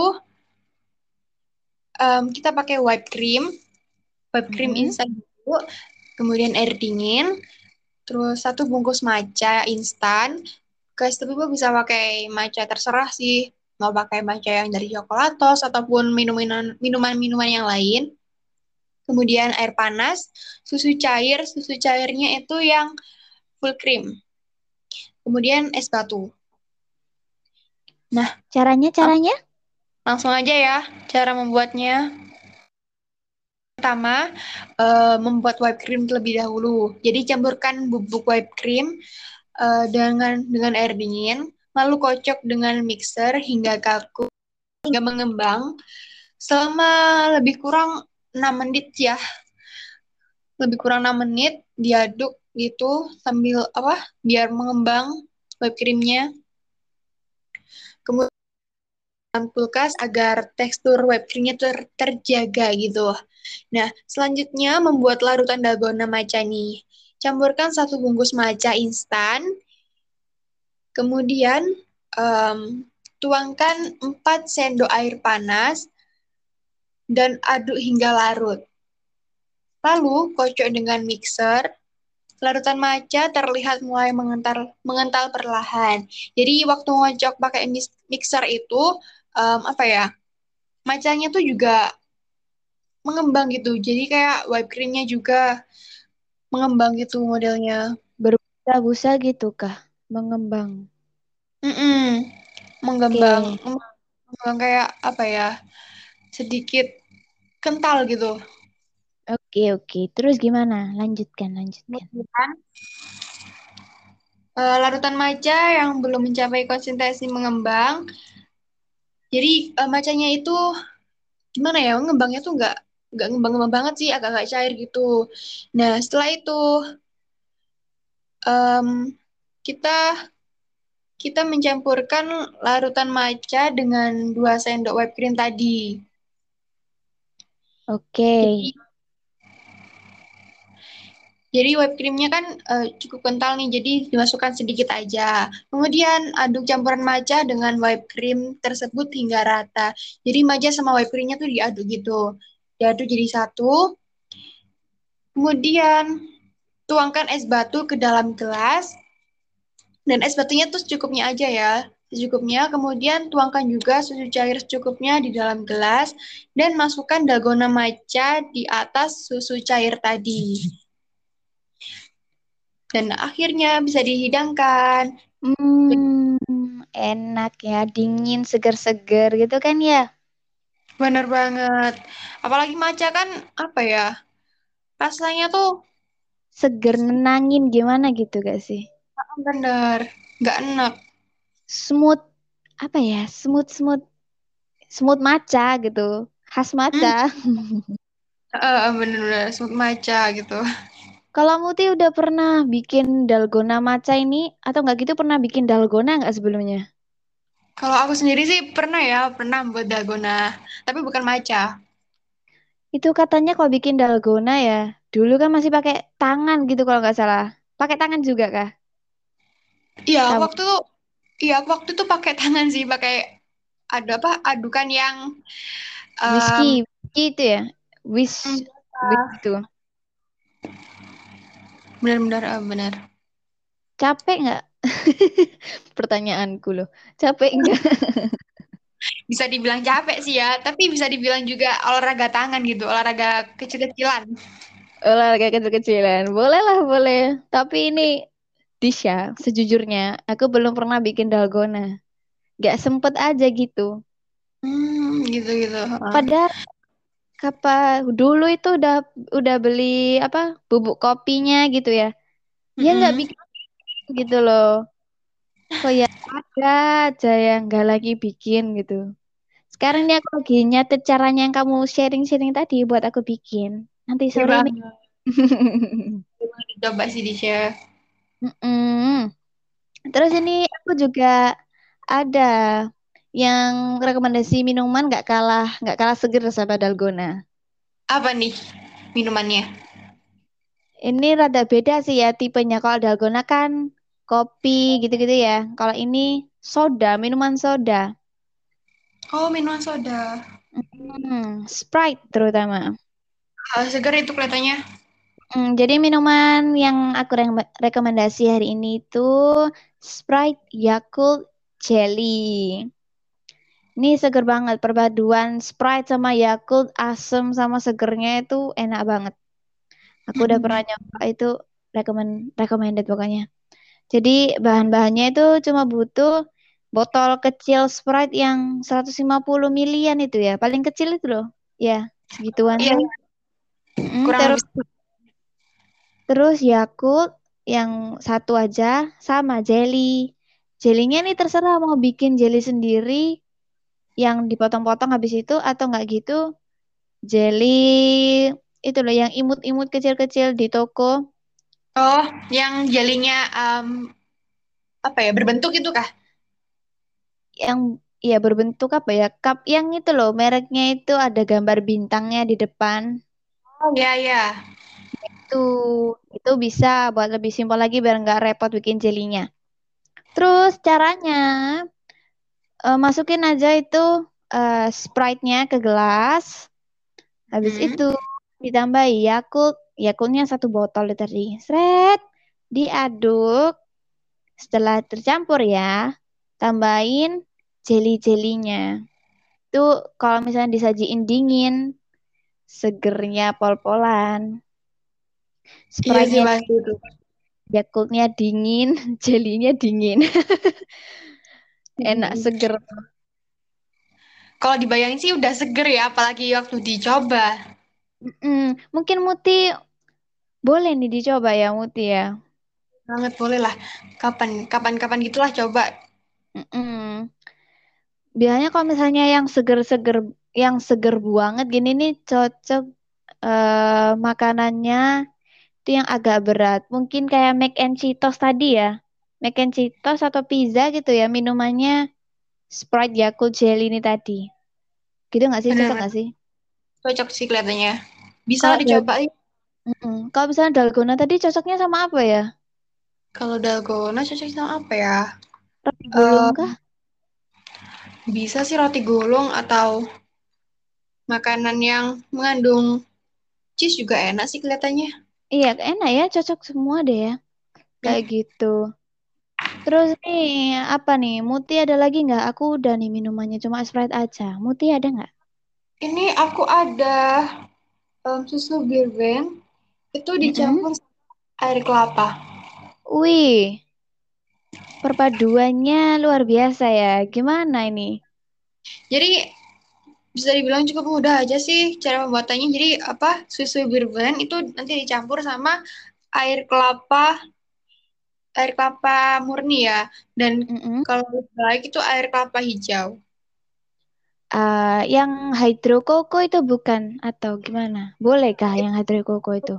[SPEAKER 2] em, kita pakai whipped cream, whipped cream
[SPEAKER 1] Mm-mm.
[SPEAKER 2] instan dulu, kemudian air dingin, terus satu bungkus matcha instan. Guys, tapi gue bisa pakai matcha terserah sih. Mau pakai matcha yang dari Chocolate ataupun minuman minuman-minuman yang lain. Kemudian air panas, susu cair, susu cairnya itu yang full cream. Kemudian es batu. Nah,
[SPEAKER 1] Caranya,
[SPEAKER 2] ap-
[SPEAKER 1] caranya?
[SPEAKER 2] langsung aja ya cara membuatnya. Pertama, eh, membuat whipped cream terlebih dahulu. Jadi campurkan bubuk whipped cream eh, dengan dengan air dingin, lalu kocok dengan mixer hingga kaku, hingga mengembang selama lebih kurang enam menit ya. Lebih kurang enam menit diaduk gitu sambil apa? Biar mengembang whipped creamnya. Kemudian dalam kulkas agar tekstur whipped creamnya ter- terjaga gitu. Nah, selanjutnya membuat larutan dalgona matcha nih. Campurkan satu bungkus matcha instan, kemudian em, tuangkan empat sendok air panas dan aduk hingga larut. Lalu kocok dengan mixer. Larutan matcha terlihat mulai mengental, mengental perlahan. Jadi waktu ngocok pakai mis- mixer itu em, apa ya? Matchanya tuh juga mengembang gitu. Jadi kayak whipped creamnya juga mengembang gitu modelnya.
[SPEAKER 1] Berbusa-busa gitu kah? Mengembang.
[SPEAKER 2] Mm-mm. Mengembang,
[SPEAKER 1] Oke,
[SPEAKER 2] mengembang kayak apa ya? Sedikit kental gitu.
[SPEAKER 1] oke, oke. Terus gimana? Lanjutkan, lanjutkan.
[SPEAKER 2] Kemudian eh, larutan matcha yang belum mencapai konsentrasi mengembang. Jadi eh, matchanya itu gimana ya, ngembangnya tuh nggak nggak ngembang-ngembang banget sih, agak-agak cair gitu. Nah, setelah itu em, kita kita mencampurkan larutan matcha dengan dua sendok whipped cream tadi.
[SPEAKER 1] Oke.
[SPEAKER 2] Jadi jadi whipped creamnya kan eh, cukup kental nih, jadi dimasukkan sedikit aja. Kemudian aduk campuran matcha dengan whipped cream tersebut hingga rata. Jadi matcha sama whipped creamnya tuh diaduk gitu. Diaduk jadi satu. Kemudian tuangkan es batu ke dalam gelas. Dan es batunya tuh secukupnya aja ya. Secukupnya, kemudian tuangkan juga susu cair secukupnya di dalam gelas dan masukkan dalgona matcha di atas susu cair tadi. Dan akhirnya bisa dihidangkan.
[SPEAKER 1] Hmm, enak ya, dingin, segar-segar gitu kan ya?
[SPEAKER 2] Bener banget. Apalagi matcha kan apa ya? Rasanya tuh
[SPEAKER 1] Seger nenangin gimana gitu gak sih?
[SPEAKER 2] bener, nggak enak.
[SPEAKER 1] Smooth, apa ya? Smooth, smooth, smooth matcha gitu. Khas
[SPEAKER 2] Hmm,
[SPEAKER 1] matcha.
[SPEAKER 2] eh, bener-bener smooth matcha gitu.
[SPEAKER 1] Kalau Muti udah pernah bikin dalgona matcha ini atau nggak gitu pernah bikin dalgona nggak sebelumnya?
[SPEAKER 2] Kalau aku sendiri sih pernah ya, pernah buat dalgona, tapi bukan matcha.
[SPEAKER 1] Itu katanya kalau bikin dalgona ya, dulu kan masih pakai tangan gitu kalau nggak salah. Pakai tangan juga kah?
[SPEAKER 2] Iya,
[SPEAKER 1] Kamu
[SPEAKER 2] waktu tuh, iya waktu tuh pakai tangan sih, pakai ada apa? Adukan yang
[SPEAKER 1] whisky,
[SPEAKER 2] em,
[SPEAKER 1] whisky itu ya, whisk, whisk
[SPEAKER 2] enggak,
[SPEAKER 1] itu.
[SPEAKER 2] benar-benar eh, benar.
[SPEAKER 1] Capek nggak? Pertanyaanku loh, capek nggak?
[SPEAKER 2] Bisa dibilang capek sih ya, tapi bisa dibilang juga olahraga tangan gitu, olahraga kecil-kecilan.
[SPEAKER 1] Olahraga kecil-kecilan, boleh lah boleh. Tapi ini Disha, sejujurnya aku belum pernah bikin dalgona. Gak sempet aja gitu.
[SPEAKER 2] Hmm, gitu-gitu. Heeh.
[SPEAKER 1] Padahal apa dulu itu udah udah beli apa bubuk kopinya gitu ya. Ya nggak
[SPEAKER 2] Mm-mm.
[SPEAKER 1] bikin gitu loh. Kok ya ada aja yang nggak lagi bikin gitu. Sekarang ini aku lagi nyatet caranya yang kamu sharing-sharing tadi buat aku bikin. Nanti
[SPEAKER 2] Iya
[SPEAKER 1] sore nih.
[SPEAKER 2] banget. Dicoba sih di share.
[SPEAKER 1] Mm-mm. Terus ini aku juga ada yang rekomendasi minuman nggak kalah nggak kalah seger sama dalgona.
[SPEAKER 2] Apa nih minumannya?
[SPEAKER 1] Ini rada beda sih ya tipenya. Kalau dalgona kan kopi gitu-gitu ya. Kalau ini soda, minuman soda.
[SPEAKER 2] Oh, minuman soda.
[SPEAKER 1] Hmm, Sprite terutama.
[SPEAKER 2] Ah, segar itu kelihatannya.
[SPEAKER 1] Hmm, jadi minuman yang aku re- rekomendasi hari ini itu Sprite Yakult Jelly. Ini seger banget. Perpaduan Sprite sama Yakult, asem sama segernya itu enak banget. Aku udah pernah
[SPEAKER 2] Mm-mm.
[SPEAKER 1] nyoba itu recommend recommended pokoknya. Jadi bahan-bahannya itu cuma butuh botol kecil Sprite yang seratus lima puluh milian itu ya. Paling kecil itu loh. Ya, segituan.
[SPEAKER 2] Iya,
[SPEAKER 1] Mm,
[SPEAKER 2] kurang
[SPEAKER 1] terus
[SPEAKER 2] lebih.
[SPEAKER 1] terus Yakult yang satu aja sama jelly. Jelinya nih terserah mau bikin jelly sendiri yang dipotong-potong habis itu atau nggak gitu jelly itu loh yang imut-imut kecil-kecil di toko
[SPEAKER 2] Oh, yang jelinya em, apa ya berbentuk itu kah?
[SPEAKER 1] yang ya berbentuk apa ya cup yang itu loh mereknya itu ada gambar bintangnya di depan
[SPEAKER 2] Oh, iya, iya.
[SPEAKER 1] itu itu bisa buat lebih simpel lagi biar nggak repot bikin jelinya. Terus caranya eh, masukin aja itu eh, Sprite-nya ke gelas. Habis
[SPEAKER 2] Mm-mm.
[SPEAKER 1] itu ditambahi Yakult, Yakultnya satu botol itu tadi. Sret, diaduk. Setelah tercampur ya, tambahin jelly-jelinya. Itu kalau misalnya disajiin dingin, segernya pol-polan.
[SPEAKER 2] Iya sih
[SPEAKER 1] Sprite-nya,
[SPEAKER 2] pasti itu.
[SPEAKER 1] Yakultnya dingin, jelinya dingin. Enak
[SPEAKER 2] Mm-mm.
[SPEAKER 1] seger.
[SPEAKER 2] Kalau dibayangin sih udah seger ya, apalagi waktu dicoba.
[SPEAKER 1] Mm-mm. Mungkin Muti boleh nih dicoba ya Muti ya.
[SPEAKER 2] Banget boleh lah. Kapan, kapan-kapan gitulah coba.
[SPEAKER 1] Mm-mm. Biasanya kalau misalnya yang seger-seger, yang seger banget gini nih cocok eh, makanannya itu yang agak berat. Mungkin kayak mac and cheetos tadi ya. Mac and cheetos atau pizza gitu ya. Minumannya Sprite Yakult Jelly ini tadi. Gitu nggak sih? Cocok
[SPEAKER 2] Bener-bener
[SPEAKER 1] nggak sih?
[SPEAKER 2] cocok sih kelihatannya. Bisa
[SPEAKER 1] Kalau
[SPEAKER 2] lah
[SPEAKER 1] dal
[SPEAKER 2] dicoba.
[SPEAKER 1] Mm-mm. Kalau misalnya dalgona tadi cocoknya sama apa ya?
[SPEAKER 2] Kalau dalgona cocok sama apa ya?
[SPEAKER 1] Roti gulung kah?
[SPEAKER 2] Em, bisa sih roti gulung atau makanan yang mengandung cheese juga enak sih kelihatannya.
[SPEAKER 1] Iya, enak ya. Cocok semua deh ya. Kayak
[SPEAKER 2] Hmm.
[SPEAKER 1] gitu. Terus nih, apa nih? Muti ada lagi nggak? Aku udah nih minumannya cuma Sprite aja. Muti ada nggak?
[SPEAKER 2] Ini aku ada em, susu Birben itu
[SPEAKER 1] Mm-mm.
[SPEAKER 2] dicampur sama air kelapa.
[SPEAKER 1] Wih, perpaduannya luar biasa ya. Gimana ini?
[SPEAKER 2] Jadi bisa dibilang cukup mudah aja sih cara pembuatannya. Jadi apa susu Birben itu nanti dicampur sama air kelapa, air kelapa murni ya. Dan
[SPEAKER 1] Mm-mm.
[SPEAKER 2] kalau lebih baik itu air kelapa hijau.
[SPEAKER 1] Ah, yang hydro coco itu bukan atau gimana? Bolehkah yang hydro coco itu?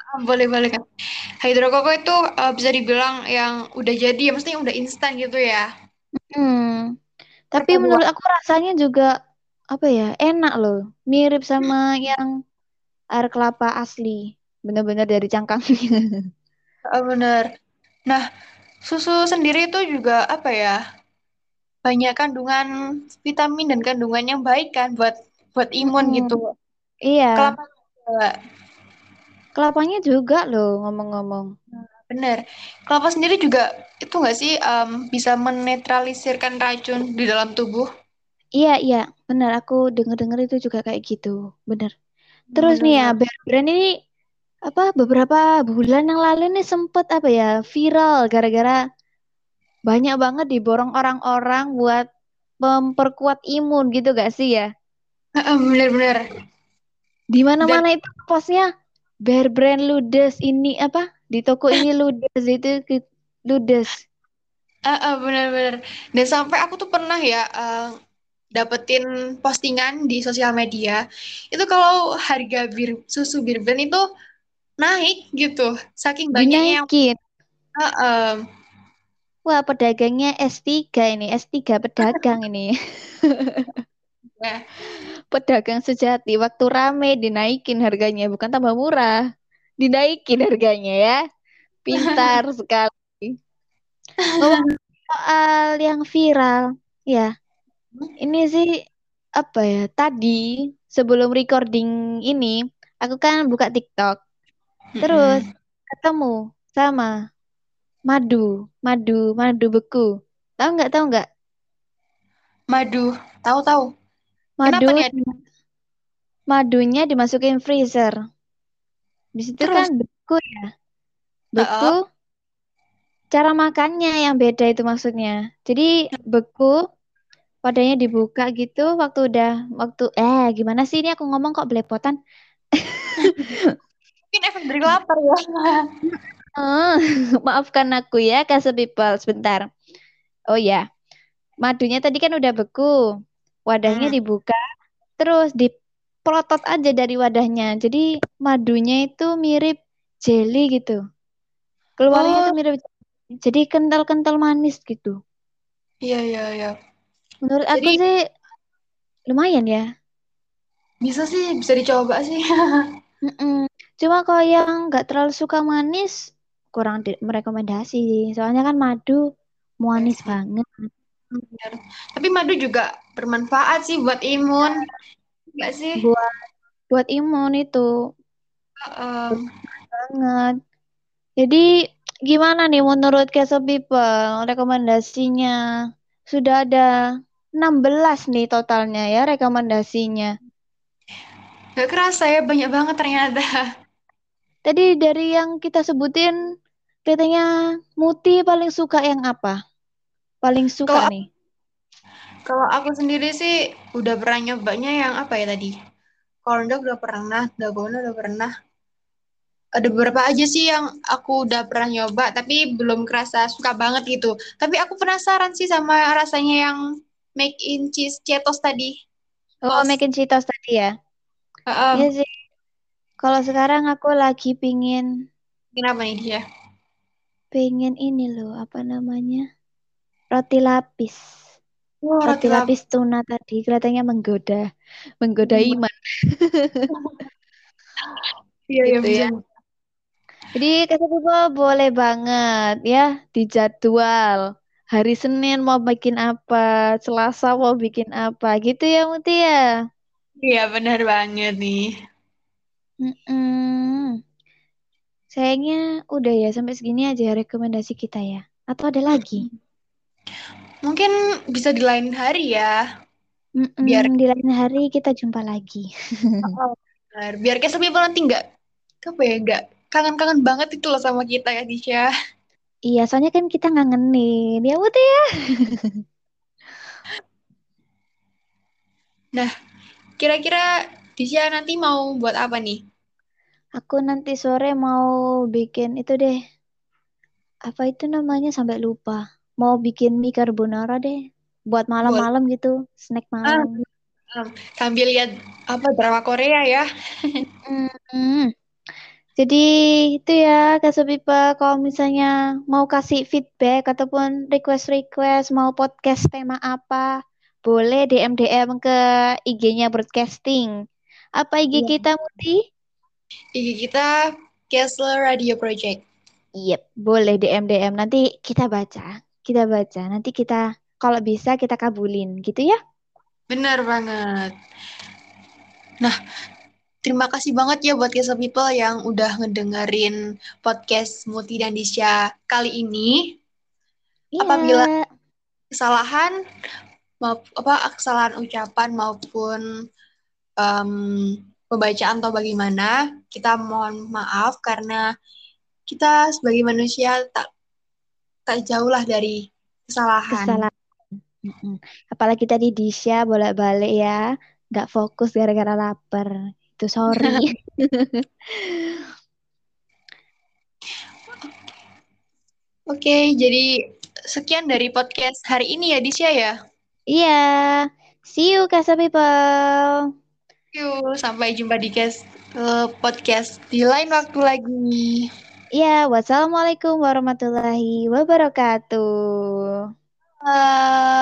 [SPEAKER 2] Ah, boleh boleh kan. Hydrokoko itu eh, bisa dibilang yang udah jadi, ya maksudnya yang udah instan gitu ya.
[SPEAKER 1] Hmm. Tapi
[SPEAKER 2] Perpaduan.
[SPEAKER 1] menurut aku rasanya juga apa ya, enak loh. Mirip sama yang air kelapa asli. Bener-bener dari cangkangnya.
[SPEAKER 2] Ah, bener. Nah, susu sendiri itu juga apa ya? Banyak kandungan vitamin dan kandungan yang baik kan buat buat imun
[SPEAKER 1] Mm-mm.
[SPEAKER 2] gitu.
[SPEAKER 1] Iya,
[SPEAKER 2] Kelapa juga.
[SPEAKER 1] kelapanya juga loh ngomong-ngomong.
[SPEAKER 2] Bener. Kelapa sendiri juga itu nggak sih em, bisa menetralisirkan racun di dalam tubuh?
[SPEAKER 1] Iya, iya, benar. Aku denger-denger itu juga kayak gitu. Bener. Terus nih ya,
[SPEAKER 2] Bener-bener.
[SPEAKER 1] Bear Brand ini apa beberapa bulan yang lalu nih sempet apa ya viral gara-gara banyak banget diborong orang-orang buat memperkuat imun gitu gak sih ya?
[SPEAKER 2] Bener-bener.
[SPEAKER 1] Di
[SPEAKER 2] Dan
[SPEAKER 1] mana-mana itu postnya Bear Brand Ludes ini apa? Di toko ini Ludes itu ki- Ludes.
[SPEAKER 2] ah, ah, bener-bener. Dan sampai aku tuh pernah ya eh, dapetin postingan di sosial media. Itu kalau harga bir, susu Birben itu naik gitu. Saking banyaknya yang
[SPEAKER 1] Dinaikin.
[SPEAKER 2] ah, em,
[SPEAKER 1] Wah, pedagangnya S tiga ini, S tiga pedagang ini.
[SPEAKER 2] ya.
[SPEAKER 1] Pedagang sejati waktu rame dinaikin harganya, bukan tambah murah. Dinaikin harganya ya. Pintar sekali. Ngomong soal yang viral, ya, ini sih apa ya? Tadi sebelum recording ini, aku kan buka TikTok, terus
[SPEAKER 2] Mm-mm.
[SPEAKER 1] ketemu sama madu, madu, madu beku. Tahu nggak? Tahu nggak?
[SPEAKER 2] Madu, tahu-tahu. Kenapa
[SPEAKER 1] Madu,
[SPEAKER 2] nih? Ada?
[SPEAKER 1] madunya dimasukin freezer. Di situ kan
[SPEAKER 2] Terus,
[SPEAKER 1] beku ya, beku.
[SPEAKER 2] ah,
[SPEAKER 1] Cara makannya yang beda itu maksudnya. Jadi beku, wadahnya dibuka gitu, waktu udah, waktu, eh gimana sih ini aku ngomong kok belepotan?
[SPEAKER 2] mungkin efek dari lapar ya.
[SPEAKER 1] Oh, maafkan aku ya, Kak People, sebentar. Oh ya, madunya tadi kan udah beku, wadahnya
[SPEAKER 2] Hmm.
[SPEAKER 1] dibuka, terus dipelotot aja dari wadahnya. Jadi madunya itu mirip jelly gitu. Keluarnya
[SPEAKER 2] Oh,
[SPEAKER 1] tuh mirip, jadi kental-kental manis gitu.
[SPEAKER 2] iya iya iya.
[SPEAKER 1] Menurut aku
[SPEAKER 2] Jadi
[SPEAKER 1] sih lumayan ya.
[SPEAKER 2] bisa sih, bisa dicoba sih.
[SPEAKER 1] Mm-mm. Cuma kalau yang nggak terlalu suka manis, kurang di- merekomendasi. Soalnya kan madu
[SPEAKER 2] Ya
[SPEAKER 1] manis
[SPEAKER 2] sih.
[SPEAKER 1] banget.
[SPEAKER 2] Bener. Tapi madu juga bermanfaat sih buat imun, enggak sih?
[SPEAKER 1] Buat buat imun itu
[SPEAKER 2] Em,
[SPEAKER 1] banget. Jadi gimana nih menurut Keso People rekomendasinya? Sudah ada enam belas nih totalnya ya rekomendasinya.
[SPEAKER 2] Gak kerasa ya, banyak banget ternyata.
[SPEAKER 1] Tadi dari yang kita sebutin, katanya Muti paling suka yang apa? Paling suka
[SPEAKER 2] Kalau
[SPEAKER 1] nih.
[SPEAKER 2] kalau aku sendiri sih udah pernah nyobanya yang apa ya tadi? Corn dog udah pernah, dalgona udah pernah. Ada beberapa aja sih yang aku udah pernah nyoba, tapi belum kerasa suka banget gitu. Tapi aku penasaran sih sama rasanya yang make in cheese Cheetos tadi.
[SPEAKER 1] Oh,
[SPEAKER 2] Tos.
[SPEAKER 1] mac and cheetos tadi ya. Iya
[SPEAKER 2] Heeh.
[SPEAKER 1] sih. Kalau sekarang aku lagi pingin,
[SPEAKER 2] Kenapa nih dia?
[SPEAKER 1] pingin ini loh, apa namanya? Roti lapis.
[SPEAKER 2] Oh,
[SPEAKER 1] Roti
[SPEAKER 2] roti
[SPEAKER 1] lapis
[SPEAKER 2] lapis.
[SPEAKER 1] tuna tadi kelihatannya menggoda, menggoda iman
[SPEAKER 2] Iya, iya
[SPEAKER 1] gitu
[SPEAKER 2] bisa.
[SPEAKER 1] ya. Jadi kata Bobo boleh banget ya dijadwal. Hari Senin mau bikin apa, Selasa mau bikin apa, gitu ya Muti ya.
[SPEAKER 2] Iya, benar banget nih.
[SPEAKER 1] Mm-mm. Sayangnya udah ya sampai segini aja rekomendasi kita ya. Atau ada lagi?
[SPEAKER 2] Mungkin bisa di lain hari ya, biar
[SPEAKER 1] Mm-mm, di lain hari kita jumpa lagi.
[SPEAKER 2] oh, benar. Biar kayak sepi nanti nggak apa ya nggak kangen-kangen banget itu loh sama kita ya Disha.
[SPEAKER 1] Iya, soalnya kan kita ngangenin. Ya udah ya.
[SPEAKER 2] Nah, kira-kira Disha nanti mau buat apa nih?
[SPEAKER 1] Aku nanti sore mau bikin itu deh. Apa itu namanya sampai lupa. Mau bikin mie carbonara deh. Buat
[SPEAKER 2] Boleh.
[SPEAKER 1] malam-malam gitu. Snack
[SPEAKER 2] Ah,
[SPEAKER 1] malam.
[SPEAKER 2] um, sambil lihat apa drama Korea ya.
[SPEAKER 1] Mm-mm. Jadi itu ya Kak Sobipa, kalau misalnya mau kasih feedback ataupun request-request mau podcast tema apa, boleh D M D M ke I G-nya broadcasting. Apa I G
[SPEAKER 2] Iya.
[SPEAKER 1] kita Muti?
[SPEAKER 2] I G kita Kessler Radio Project.
[SPEAKER 1] Iya, boleh D M D M. Nanti kita baca, kita baca. Nanti kita kalau bisa kita kabulin, gitu ya.
[SPEAKER 2] Bener banget. Nah, terima kasih banget ya buat Kessler People yang udah ngedengerin podcast Muti dan Disha kali ini.
[SPEAKER 1] Iya,
[SPEAKER 2] Apabila kesalahan, maupun apa kesalahan ucapan maupun em, pembacaan atau bagaimana, kita mohon maaf karena kita sebagai manusia tak tak jauh lah dari kesalahan.
[SPEAKER 1] kesalahan. Mm-mm. Apalagi tadi Disha bolak-balik ya, nggak fokus gara-gara lapar. Itu sorry.
[SPEAKER 2] Oke, jadi sekian dari podcast hari ini ya, Disya ya.
[SPEAKER 1] Iya, see you Kasa People.
[SPEAKER 2] Yuk, sampai jumpa di cast, eh, podcast di lain waktu lagi.
[SPEAKER 1] Iya, wassalamualaikum warahmatullahi wabarakatuh.
[SPEAKER 2] Bye.